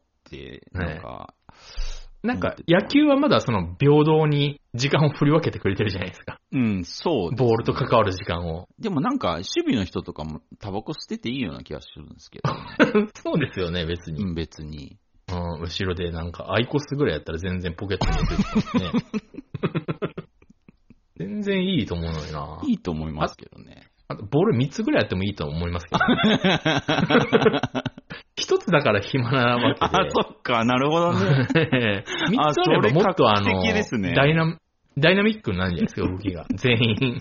なんか野球はまだ平等に時間を振り分けてくれてるじゃないですか。 うん、そうですね。 ボールと関わる時間を。 でもなんか守備の人とかもタバコ吸ってていいような気がするんですけど、 ね。そうですよね、別に。 別に。 後ろでなんかアイコスぐらいやったら全然ポケットに入れてますね。全然いいと思うのにな。 いいと思いますけどね。 あとボール3つぐらいやってもいいと思いますけど、1つだから暇なわけで。 そっか、なるほどね。 3つあればもっとダイナミックになるんじゃないですか、動きが。全員。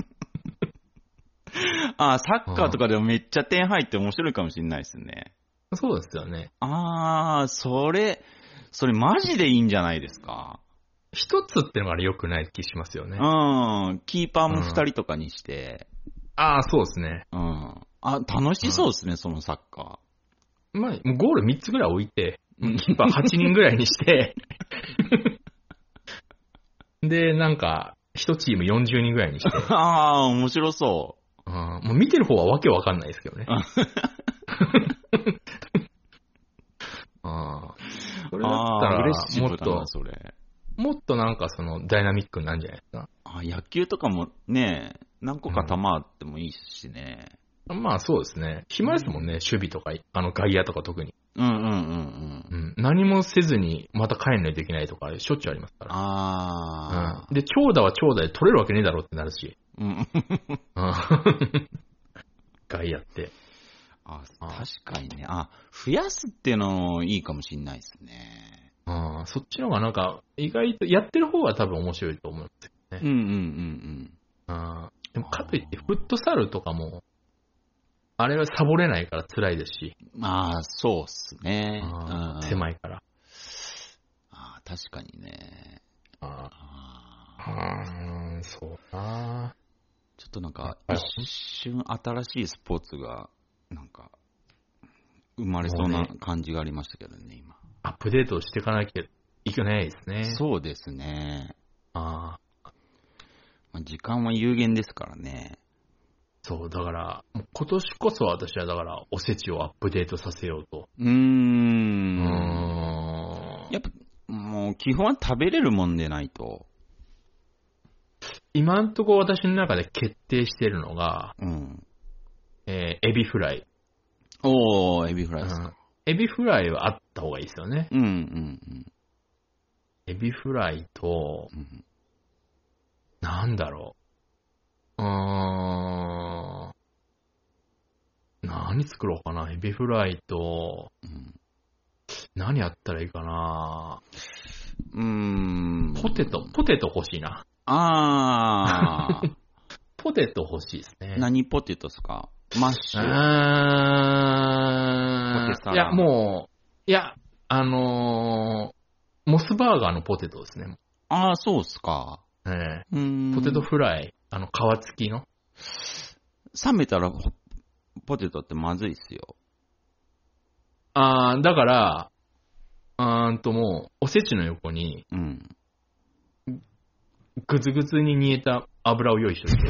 サッカーとかでもめっちゃ点入って面白いかもしれないですね。 そうですよね。 それマジでいいんじゃないですか。 一つってのが良くない気しますよね。 キーパーも2人とかにして。 そうですね。 楽しそうですね、そのサッカー。まあ、ゴール3つぐらい置いて、キーパー8人ぐらいにして、で、なんか、1チーム40人ぐらいにして。 面白そう。 もう見てる方はわけわかんないですけどね。それだったら、もっとなんかダイナミックになるんじゃないですか。 野球とかもね、何個か球あってもいいしね。 まあそうですね。暇ですもんね、守備とか、外野とか特に。何もせずにまた帰んないといけないとか、しょっちゅうありますから。で、長打は長打で取れるわけねえだろってなるし。外野って。 確かにね。増やすっていうのいいかもしれないですね。 そっちの方がなんか、意外と、やってる方は多分面白いと思うんですよね。でもかといって、フットサルとかも、あれはサボれないから辛いですし。 そうっすね。 狭いから。 確かにね。 そうな。 ちょっとなんか、一瞬新しいスポーツが、なんか、生まれそうな感じがありましたけどね、今。 アップデートしていかなきゃいけないですね。 そうですね。時間は有限ですからね。 そう、だから、今年こそ私はだから、おせちをアップデートさせようと。 やっぱ、もう基本は食べれるもんでないと。 今んとこ私の中で決定してるのが、エビフライ。 エビフライですか。 エビフライはあった方がいいですよね。エビフライと、なんだろう。何作ろうかな。エビフライと、何やったらいいかな。ポテト欲しいな。ポテト欲しいですね。 何ポテトですか？マッシュ。 いや、もう、モスバーガーのポテトですね。 そうっすか。 ポテトフライ、皮付きの。 冷めたらポテトってまずいっすよ。 だから、もう、おせちの横に、ぐつぐつに煮えた油を用意しといて、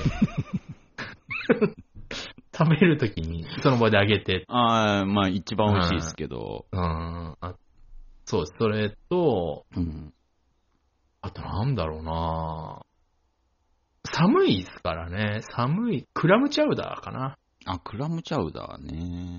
食べるときにその場で揚げて。 まあ一番美味しいですけど。 そうです。それと、あとなんだろうな。寒いですからね。クラムチャウダーかな。 クラムチャウダーね。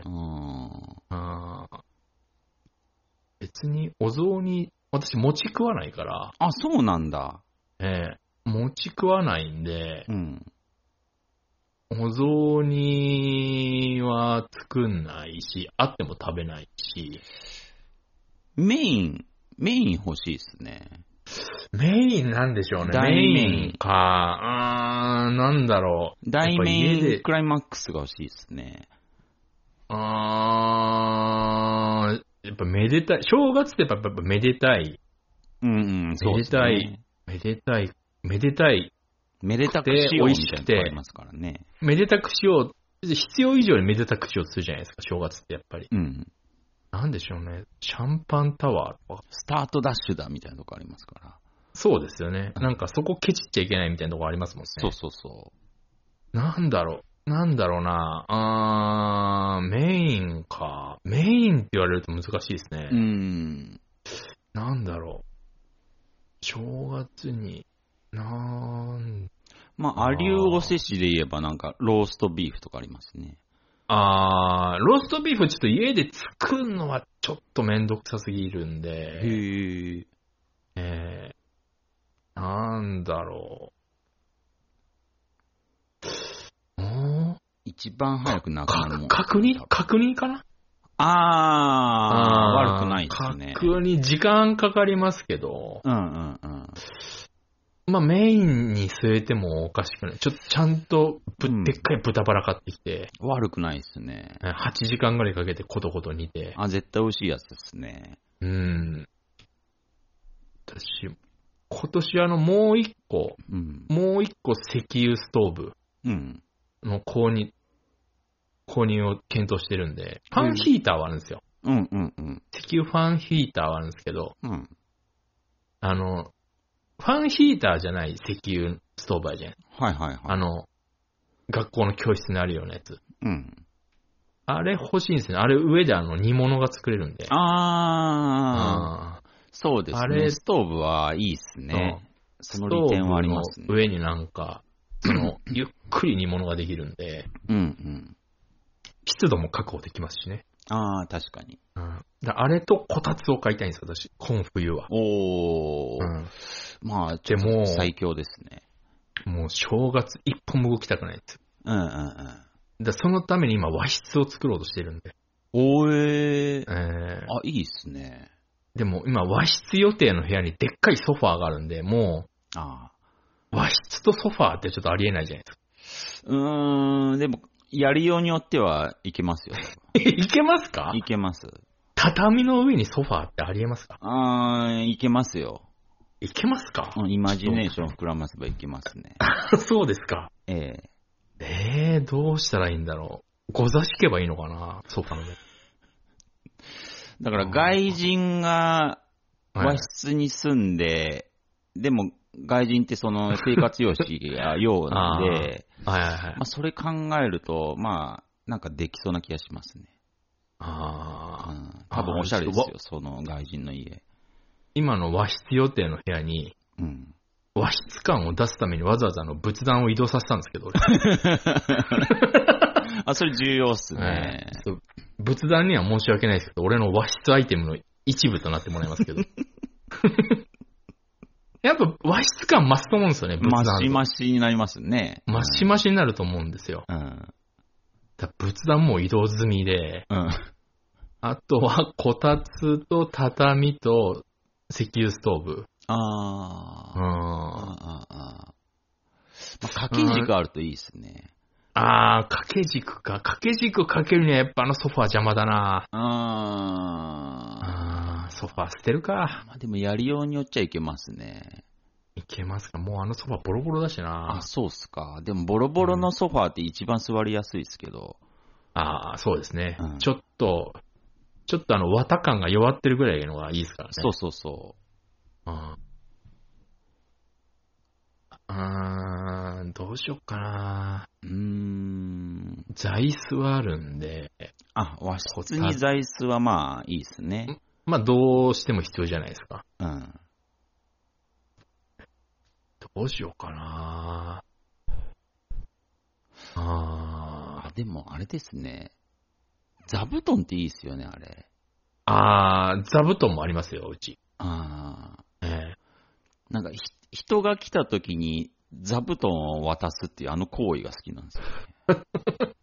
別にお雑煮、私餅食わないから。 そうなんだ。 餅食わないんで、お雑煮は作んないし、あっても食べないし。 メイン欲しいですね。 メインなんでしょうね。 大メインか。なんだろう。 大メインクライマックスが欲しいですね。 やっぱめでたい。正月ってやっぱめでたいそうですね。 めでたくしようみたいなのがありますからね。 めでたくしよう、必要以上にめでたくしようとするじゃないですか、正月ってやっぱり。なんでしょうね、シャンパンタワーとか。 スタートダッシュだみたいなとこありますから。 そうですよね。なんかそこケチっちゃいけないみたいなとこありますもんね。 そう。 なんだろうな。メインか。メインって言われると難しいですね。なんだろう。正月に、まあ、アリューおせしで言えばなんか、ローストビーフとかありますね。 ローストビーフちょっと家で作るのはちょっとめんどくさすぎるんで。なんだろう。 一番早くなくなるもん。 角煮かな？ 悪くないですね。 角煮時間かかりますけど。まあメインに据えてもおかしくない。ちゃんとでっかい豚バラ買ってきて。 悪くないですね。 8時間ぐらいかけてコトコト煮て。 絶対美味しいやつですね。 私、今年もう一個石油ストーブの購入を検討してるんで、ファンヒーターはあるんですよ。石油ファンヒーターはあるんですけど、ファンヒーターじゃない石油ストーブあるじゃん。学校の教室にあるようなやつ。あれ欲しいんですね。あれ上で煮物が作れるんで。 そうですね。ストーブはいいっすね。その利点はありますね。 上になんか、ゆっくり煮物ができるんで、湿度も確保できますしね。 確かに。 あれとこたつを買いたいんです、私。今冬は。 まあ、でも最強ですね。 もう正月一本も動きたくないんですよ。そのために今和室を作ろうとしてるんで。 いいっすね。 でも今和室予定の部屋にでっかいソファーがあるんで、もう、和室とソファーってちょっとありえないじゃないですか。 でも、やりようによってはいけますよ。 いけますか？ いけます。 畳の上にソファーってありえますか？ いけますよ。 いけますか？ イマジネーション膨らませばいけますね。 そうですか。どうしたらいいんだろう。ご座敷けばいいのかな、ソファーの上。 だから外人が和室に住んで、でも外人ってその生活様式がようなんで、それ考えると、なんかできそうな気がしますね。多分おしゃれですよ、その外人の家。 今の和室予定の部屋に、和室感を出すためにわざわざ仏壇を移動させたんですけど、 それ重要っすね。 仏壇には申し訳ないですけど、俺の和室アイテムの一部となってもらいますけど。やっぱ和室感増すと思うんですよね、仏壇。 マシマシになりますね。 マシマシになると思うんですよ。仏壇も移動済みで、あとはこたつと畳と石油ストーブ。 掛け軸あるといいですね。 掛け軸か。掛け軸かけるにはやっぱソファー邪魔だな。ソファー捨てるか。 でもやりようによっちゃいけますね。 いけますか。もうソファーボロボロだしな。 そうっすか。でもボロボロのソファーって一番座りやすいですけど。 そうですね。ちょっと綿感が弱ってるぐらいのがいいですからね。 そう。 どうしよっかな。座椅子はあるんで。 和室に座椅子はいいですね。 どうしても必要じゃないですか。どうしようかな。 でもあれですね。座布団っていいですよね、あれ。 座布団もありますよ、うち。 なんか人が来た時に座布団を渡すっていう行為が好きなんですよね。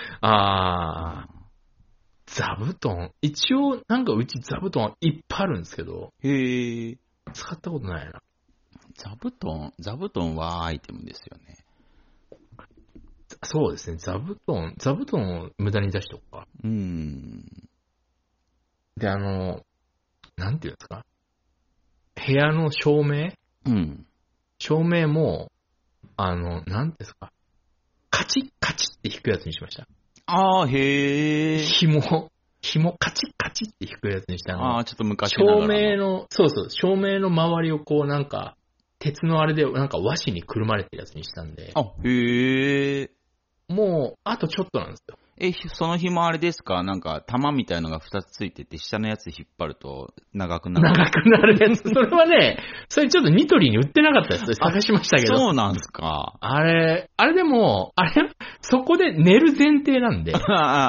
座布団一応なんかうち座布団いっぱいあるんですけど。使ったことないな。 座布団はアイテムですよね。 そうですね。座布団を無駄に出しとくか。で、なんていうんですか。部部屋の照明、照明も、なんですか、カチッカチッって弾くやつにしました。 へー。 紐カチッカチッって弾くやつにしたちょっと昔ながらの。 照明の、照明の周りをこうなんか、鉄のあれでなんか和紙にくるまれてるやつにしたんで。 へー。 もう、あとちょっとなんですよ。 その紐あれですか？なんか、玉みたいのが2つついてて、下のやつ引っ張ると長くなる。 長くなるやつ。それはね、それちょっとニトリに売ってなかったです。探しましたけど。 そうなんですか。 あれでも、そこで寝る前提なんで。布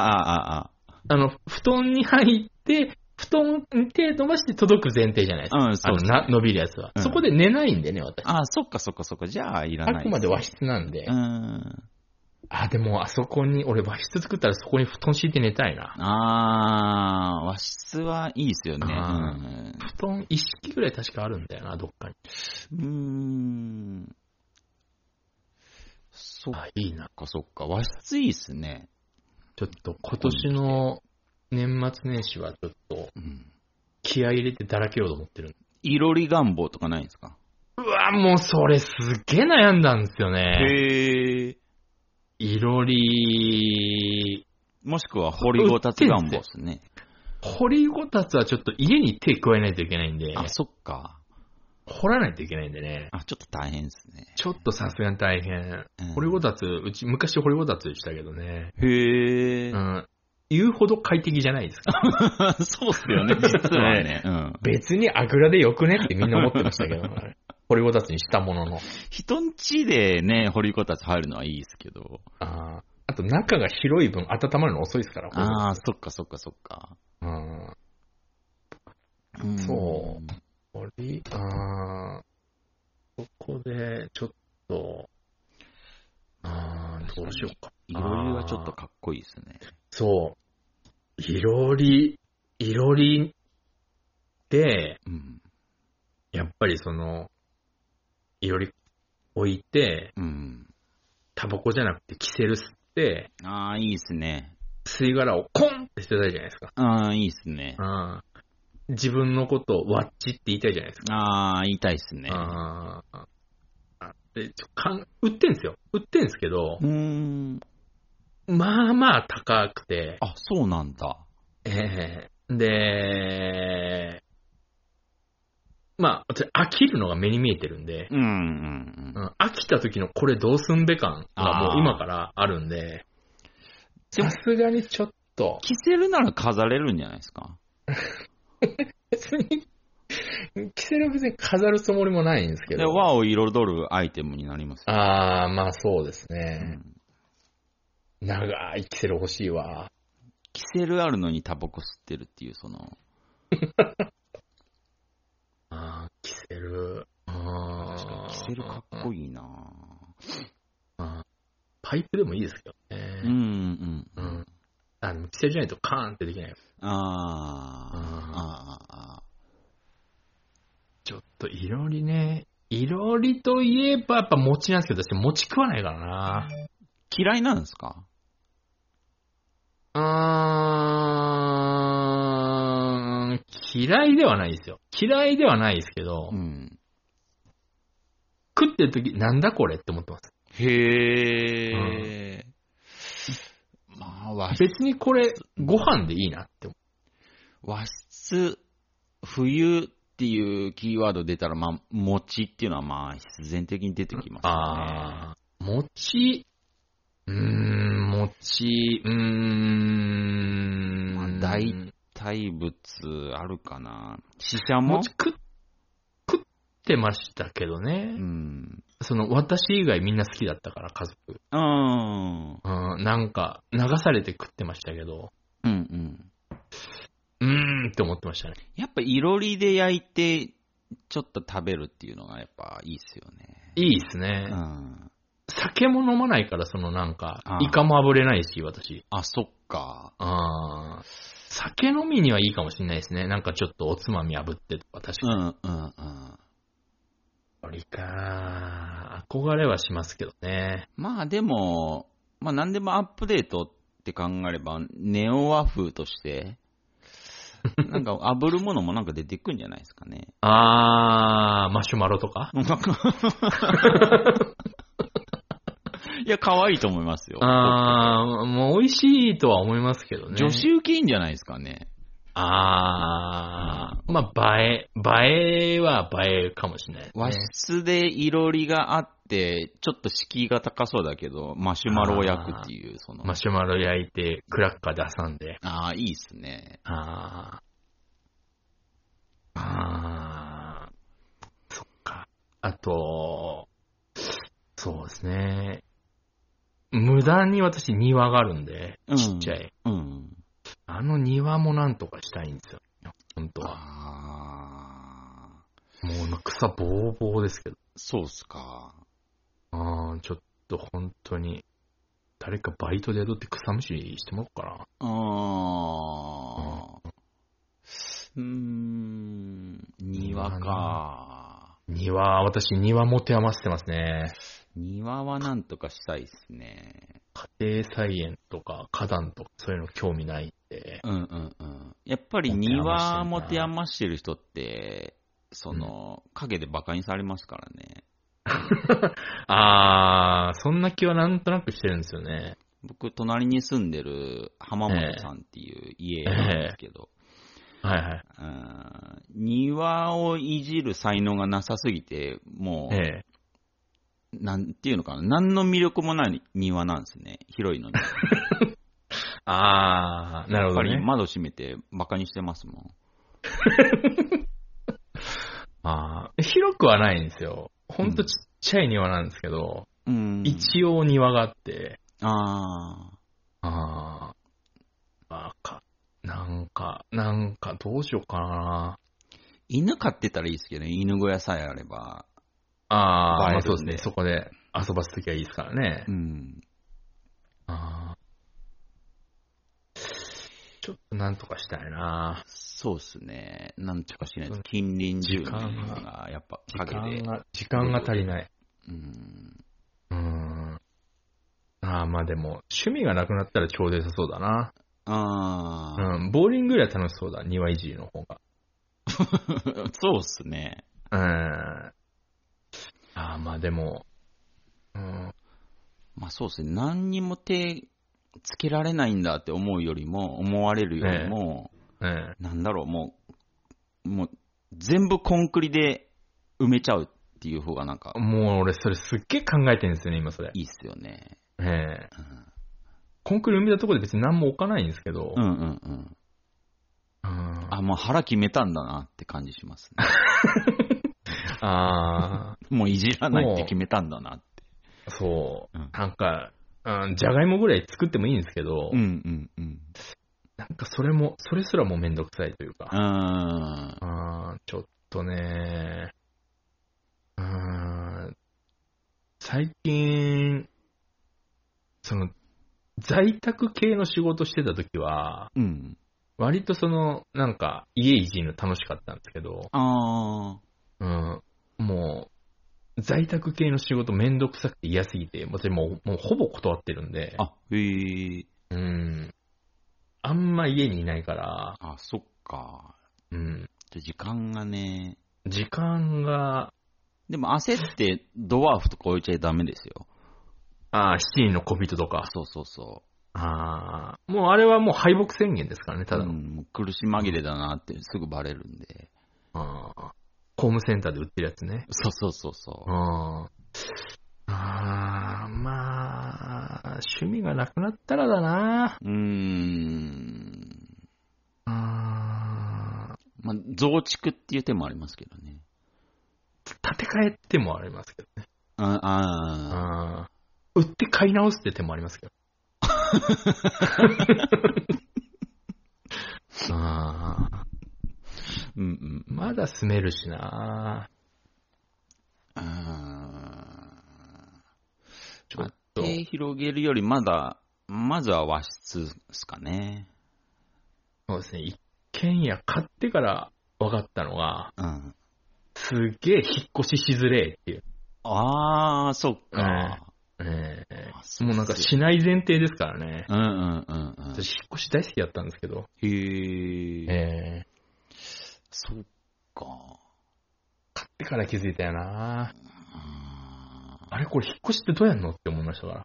団に入って、布団手伸ばして届く前提じゃないですか。そう伸びるやつは、そこで寝ないんでね、私。 そっか。じゃあ、いらない。 あくまで和室なんで。でも、あそこに、俺和室作ったらそこに布団敷いて寝たいな。 和室はいいですよね。 布団一敷ぐらい確かあるんだよな、どっかに。 そっか。 いいな。 そっか。和室いいっすね。 ちょっと今年の年末年始はちょっと、気合い入れてだらけようと思ってる。 いろり願望とかないんですか？ うわ、もうそれすっげえ悩んだんですよね。 へー。 いろり、 もしくは掘りごたつ願望ですね。 掘りごたつはちょっと家に手加えないといけないんで。 そっか。 掘らないといけないんでね。 ちょっと大変ですね。 ちょっとさすがに大変。掘りごたつ、うち昔掘りごたつでしたけどね。 へー。 言うほど快適じゃないですか。 そうっすよね、実はね。 別にあぐらでよくねってみんな思ってましたけど、掘りごたつにしたものの。 人ん家でね、掘りごたつ入るのはいいですけど。 あと中が広い分温まるの遅いですから。 そっか。 そう。そこで、ちょっと、どうしようか。 いろりはちょっとかっこいいですね。 そう。いろりで、やっぱりいろり置いて、タバコじゃなくてキセル吸って、 いいですね。 吸い殻をコンって捨てたいじゃないですか。 いいですね。 自分のことをワッチって言いたいじゃないですか。 言いたいですね。 で売ってんすけど、まあまあ高くて。 そうなんだ。 で、まあ、私飽きるのが目に見えてるんで、飽きた時のこれどうすんべ感がもう今からあるんで、さすがにちょっと。 キセルなら飾れるんじゃないですか？ 別に、キセルは別に飾るつもりもないんですけど。 和を彩るアイテムになりますよね。 まあそうですね。長いキセル欲しいわ。 キセルあるのにタバコ吸ってるっていう、 キセル。 確かにキセルかっこいいな。 パイプでもいいですけどね。でもキセルじゃないとカーンってできない。ちょっといろりね。いろりといえばやっぱ餅なんですけど、私餅食わないからな。 嫌いなんですか？ 嫌いではないですよ。嫌いではないですけど、食ってるときなんだこれって思ってます。 へー。 別にこれご飯でいいなって思う。和室、冬っていうキーワード出たら、餅っていうのは必然的に出てきますよね。 餅、 代替物あるかな。ししゃも食ってましたけどね。私以外みんな好きだったから、家族。なんか、流されて食ってましたけど。って思ってましたね。 やっぱいろりで焼いて、ちょっと食べるっていうのがやっぱいいっすよね。 いいっすね。酒も飲まないから、イカも炙れないし、私。 そっか。 酒飲みにはいいかもしれないですね。なんかちょっとおつまみ炙ってとか、確かに。憧れはしますけどね。 でも、何でもアップデートって考えれば、ネオ和風として、なんか炙るものもなんか出てくるんじゃないですかね。 マシュマロとかいや、可愛いと思いますよ。 もう美味しいとは思いますけどね。 女子受けいいんじゃないですかね。 まあ、映えは映えかもしれない、ね。 和室でいろりがあって、ちょっと敷居が高そうだけど、マシュマロを焼くっていう、 マシュマロ焼いて、クラッカーで挟んで。 いいっすね。 そっか。あと、そうですね。無駄に私庭があるんで、ちっちゃい。あの庭もなんとかしたいんですよ。本当は。もう草ぼうぼうですけど。 そうっすか。 ちょっと本当に、誰かバイトで雇って草むしりしてもらおうかな。 庭か。 私庭持て余してますね。 庭はなんとかしたいですね。 家庭菜園とか花壇とかそういうの興味ないんで。 やっぱり庭持て余してる人って、影で馬鹿にされますからね。 そんな気はなんとなくしてるんですよね。 僕、隣に住んでる浜本さんっていう家なんですけど、庭をいじる才能がなさすぎて、もう、なんていうのかな、何の魅力もない庭なんですね、広いのに。 なるほどね。 やっぱり窓閉めてバカにしてますもん。 広くはないんですよ。ほんとちっちゃい庭なんですけど、一応庭があって、なんかどうしようかな。 犬飼ってたらいいですけどね、犬小屋さえあれば。 そうですね。そこで遊ばせときゃいいですからね。ちょっとなんとかしたいな。 そうですね。なんとかしないと近隣住民がやっぱ陰で時間が足りない。まあでも趣味がなくなったらちょうど良さそうだな。ボーリングよりは楽しそうだ、庭いじりの方が。 そうっすね。 まあでも、 まあそうっすね。何にも手つけられないんだって思われるよりも、なんだろう、もう全部コンクリで埋めちゃうっていう方がなんか。 もう俺それすっげえ考えてるんですよね、今それ。 いいっすよね。 コンクリ埋めたところで別に何も置かないんですけど。 もう腹決めたんだなって感じしますね。もういじらないって決めたんだなって。 そう。なんか、じゃがいもぐらい作ってもいいんですけど、なんかそれすらもめんどくさいというか。ちょっとね、最近、在宅系の仕事してた時は、割となんか、家いじるの楽しかったんですけど、もう、在宅系の仕事めんどくさくて嫌すぎて、もうほぼ断ってるんで、あんま家にいないから、 そっか。時間がね。でも焦ってドワーフとか置いちゃダメですよ。 7人の小人とか。 そう。 もうあれはもう敗北宣言ですからね、ただの。 もう苦し紛れだなってすぐバレるんで。 ホームセンターで売ってるやつね。 そう。 まあ、趣味がなくなったらだな。 まあ、増築っていう手もありますけどね。 建て替えってもありますけどね。売って買い直すって手もありますけど。まだ住めるしな。 ちょっと手広げるよりまずは和室ですかね。 そうですね。一軒家買ってから分かったのが、すっげえ引っ越ししづれえっていう。 そっか。 もうなんかしない前提ですからね。私引っ越し大好きだったんですけど。そっか。 買ってってから気づいたよな。あれこれ引っ越しってどうやんのって思いましたから。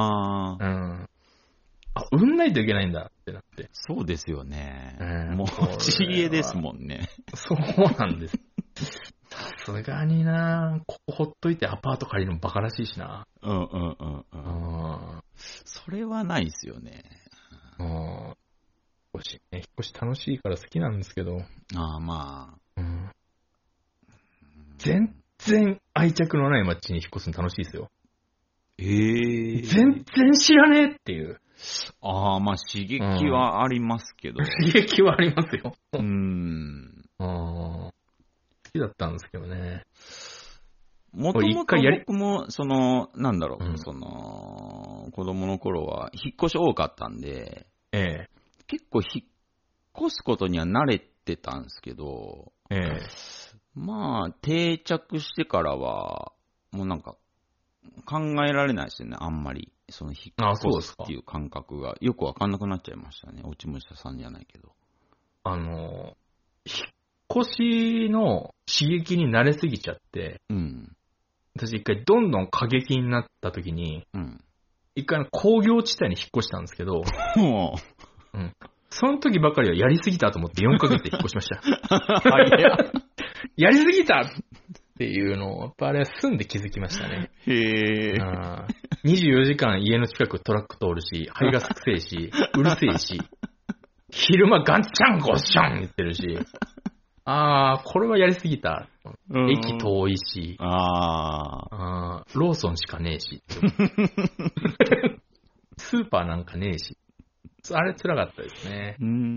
売んないといけないんだってなって。 そうですよね。もう、知恵ですもんね。 そうなんです。さすがにな、ここほっといてアパート借りるのバカらしいしな。 それはないですよね。 引っ越し楽しいから好きなんですけど。 まあ。 全然愛着のない街に引っ越すの楽しいですよ。全然知らねえっていう。 まあ刺激はありますけど。 刺激はありますよ。好きだったんですけどね。 もともと僕も、なんだろう、子供の頃は引っ越し多かったんで、結構引っ越すことには慣れてたんですけど、まあ、定着してからは、もうなんか、考えられないですよね、あんまり。引っ越すっていう感覚がよくわかんなくなっちゃいましたね。落ち武者さんじゃないけど。 引っ越しの刺激に慣れすぎちゃって、私一回どんどん過激になった時に、一回工業地帯に引っ越したんですけど、その時ばかりはやりすぎたと思って4ヶ月で引っ越しました。やりすぎたっていうのを、やっぱあれは住んで気づきましたね。24時間家の近くトラック通るし、排ガスくせえし、うるせえし、昼間ガンチャンゴッシャン言ってるし、これはやりすぎた。駅遠いし、ローソンしかねえし、スーパーなんかねえし、あれ辛かったですね。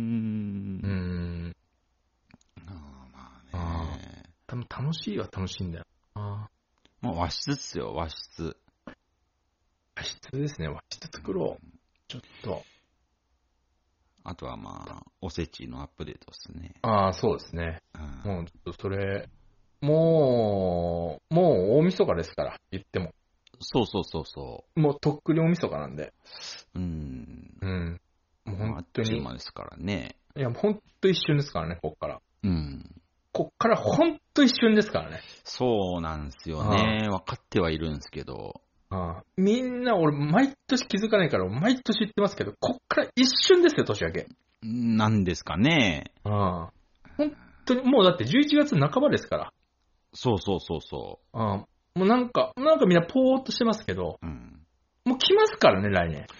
多分楽しいは楽しいんだよ。 まあ和室っすよ、和室。 和室ですね、和室作ろう。ちょっと。 あとはまあ、おせちのアップデートですね。 そうですね。もうちょっとそれ、もう大晦日ですから、言っても。 そう。 もうとっくに大晦日なんで。 もう本当に。あっちゅう間ですからね。 いや、ほんと一瞬ですからね、こっから。こっからほんと一瞬ですからね。 そうなんですよね。分かってはいるんですけど。 みんな、俺、毎年気づかないから、毎年言ってますけど、こっから一瞬ですよ、年明け。 なんですかね。 本当に、もうだって11月半ばですから。 そう。 もうなんかみんなぽーっとしてますけど、もう来ますからね、来年。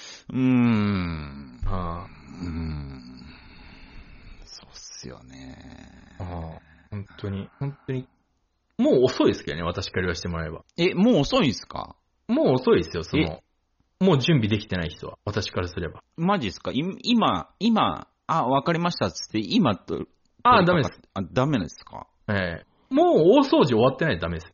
そうっすよね。 本当に。もう遅いですけどね、私から言わせてもらえば。 もう遅いんすか？ もう遅いですよ、もう準備できてない人は、私からすれば。 マジですか？今、わかりましたっつって、今と。 ダメです。 ダメですか？ もう大掃除終わってないとダメです。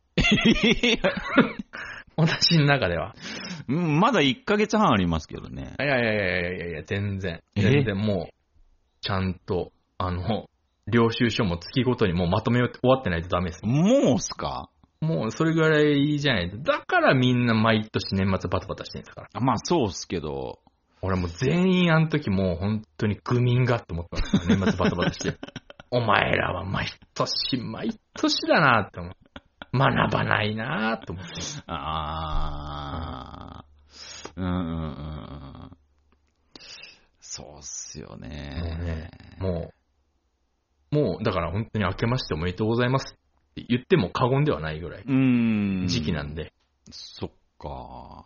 私の中では。 まだ1ヶ月半ありますけどね。 いや、全然もう、ちゃんと、領収書も月ごとにもうまとめ終わってないとダメです。 もうっすか？ もうそれぐらいいいじゃないですか。だからみんな毎年年末バタバタしてるんですから。 まあそうっすけど。 俺もう全員あの時もう本当に愚民がって思ってますから、年末バタバタして。お前らは毎年だなって思う。学ばないなって思って。 そうっすよね。 もう、だから本当に明けましておめでとうございますって言っても過言ではないぐらい。時期なんで。 そっか。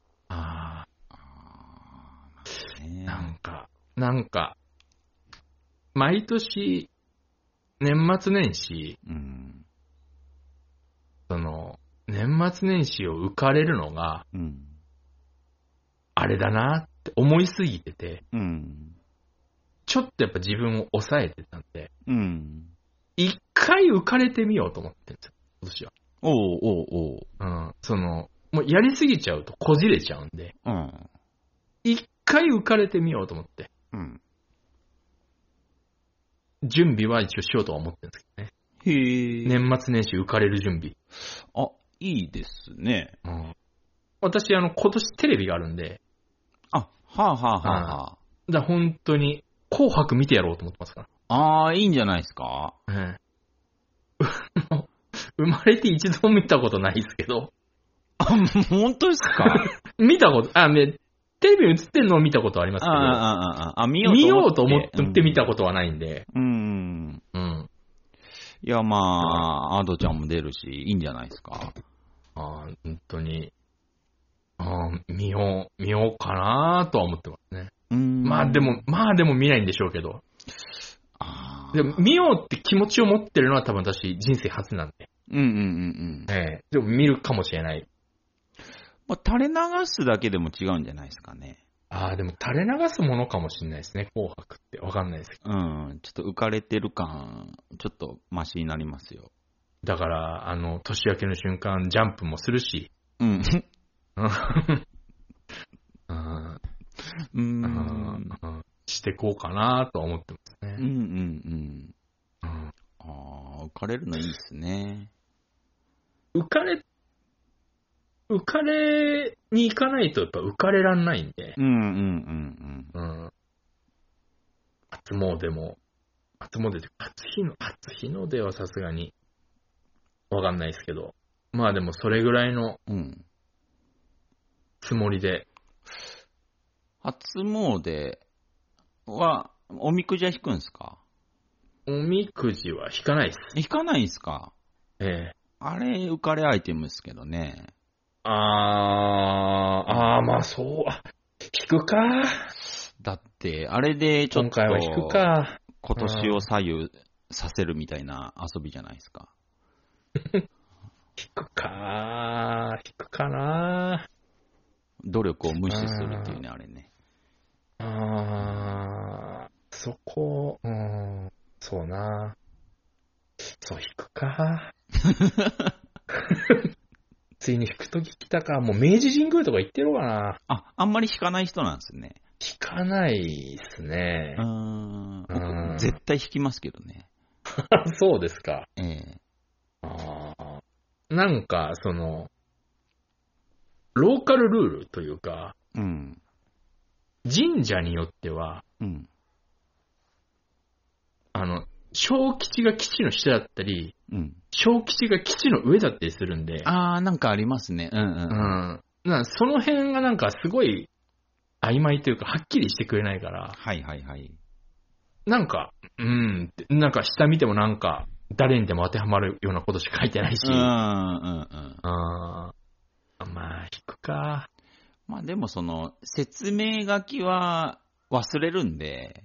なんか、毎年、年末年始、年末年始を浮かれるのが、あれだなって思いすぎてて、ちょっとやっぱ自分を抑えてたんで、一回浮かれてみようと思ってるんですよ、今年は。もうやりすぎちゃうとこじれちゃうんで、一回浮かれてみようと思って、準備は一応しようとは思ってるんですけどね。年末年始浮かれる準備。 いいですね。 私、今年テレビがあるんで。 だから本当に、紅白見てやろうと思ってますから。いいんじゃないですか。 生まれて一度も見たことないですけど。 あ、本当ですか？ 見たこと、テレビ映ってんのを見たことありますけど。見ようと思って見たことはないんで。 うん。いや、まあ、アドちゃんも出るし、いいんじゃないですか。 本当に。見ようかなとは思ってますね。まあでも見ないんでしょうけど。でも見ようって気持ちを持ってるのは多分私人生初なんで。でも見るかもしれない。 まあ、垂れ流すだけでも違うんじゃないですかね。 でも垂れ流すものかもしれないですね、紅白って。わかんないですけど。 ちょっと浮かれてる感、ちょっとマシになりますよ。 だから、年明けの瞬間、ジャンプもするし。してこうかなとは思ってますね。 浮かれるのいいですね。 浮かれに行かないとやっぱ浮かれらんないんで。初日の出はさすがにわかんないですけど。まあでもそれぐらいのつもりで。 初詣は、おみくじは引くんですか？ おみくじは引かないです。 引かないんですか？あれ、浮かれアイテムですけどね。 まあそう、引くか。 だって、あれでちょっと、 今回は引くか。 今年を左右させるみたいな遊びじゃないですか。 引くかな。 努力を無視するっていうね、あれね。 そこ、そうな。そう、引くか。ついに引くとき来たか。もう明治神宮とか行ってるかな。 あんまり引かない人なんですね。 引かないですね。 絶対引きますけどね。 そうですか。なんか、ローカルルールというか、神社によっては、小吉が基地の下だったり、小吉が基地の上だったりするんで。 なんかありますね。 その辺がなんかすごい曖昧というか、はっきりしてくれないから。なんか、なんか下見てもなんか、誰にでも当てはまるようなことしか書いてないし。まあ、引くか。 まあでも説明書きは忘れるんで。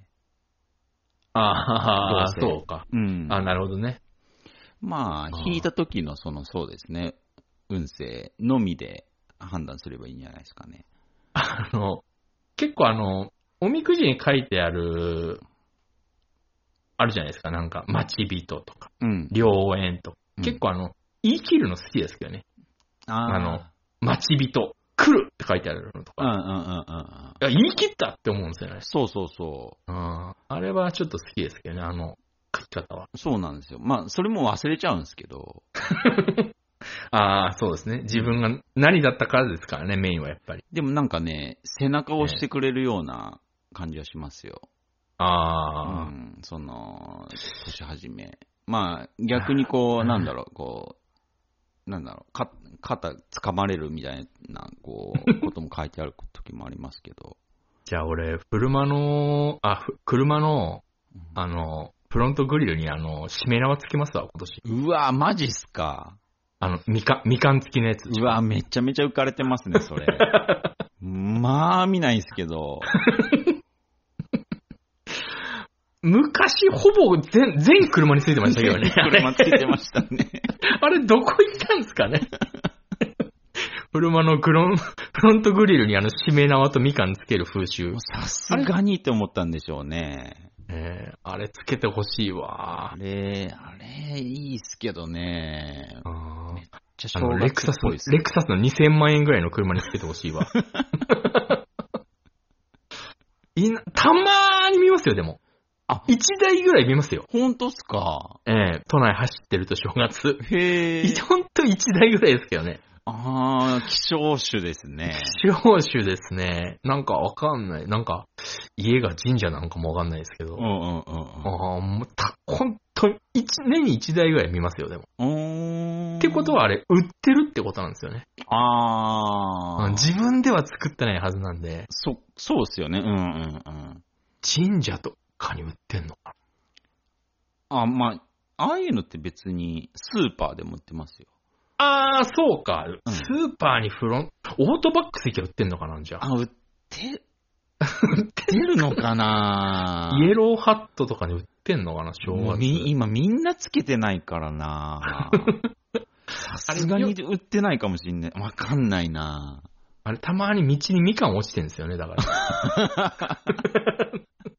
そうか。なるほどね。 まあ、引いた時のそうですね、運勢のみで判断すればいいんじゃないですかね。 結構おみくじに書いてあるじゃないですか、なんか、待ち人とか、良縁とか。結構言い切るの好きですけどね。待ち人、来るって書いてあるのとか。言い切ったって思うんですよね。 そう。 あれはちょっと好きですけどね、書き方は。 そうなんですよ。まあ、それも忘れちゃうんですけど。 そうですね。自分が何だったかですからね、メインはやっぱり。 でもなんかね、背中を押してくれるような感じはしますよ。年始め。まあ、逆に肩掴まれるみたいな、ことも書いてある時もありますけど。 じゃあ俺、車の、フロントグリルにしめ縄つけますわ、今年。 うわ、マジっすか。 みかん付きのやつ。 うわ、めちゃめちゃ浮かれてますね、それ。まあ、見ないんすけど。 昔、ほぼ全車についてましたけどね。 車ついてましたね。 あれ、どこ行ったんですかね。車のフロントグリルにしめ縄とみかんつける風習。 さすがにって思ったんでしょうね。 あれつけてほしいわ。 あれ、いいっすけどね。めっちゃレクサスの2000万円ぐらいの車につけてほしいわ。たまーに見ますよ、でも。1台ぐらい見ますよ。 ほんとっすか？ 都内走ってると正月。 ほんと1台ぐらいですけどね。 希少種ですね。 希少種ですね。なんかわかんない。なんか、家が神社なんかもわかんないですけど。ほんとに年に1台ぐらい見ますよ、でも。 ってことはあれ、売ってるってことなんですよね。自分では作ってないはずなんで。 そうですよね。 神社とかに売ってんのかな。 まあ、ああいうのって別にスーパーでも売ってますよ。 そうか。スーパーにオートバックス行けば売ってんのかな、じゃあ。 売ってるのかなイエローハットとかに売ってんのかな、正月。 今みんなつけてないからなさすがに売ってないかもしんない。わかんないなあれ、たまに道にみかん落ちてんですよね、だから。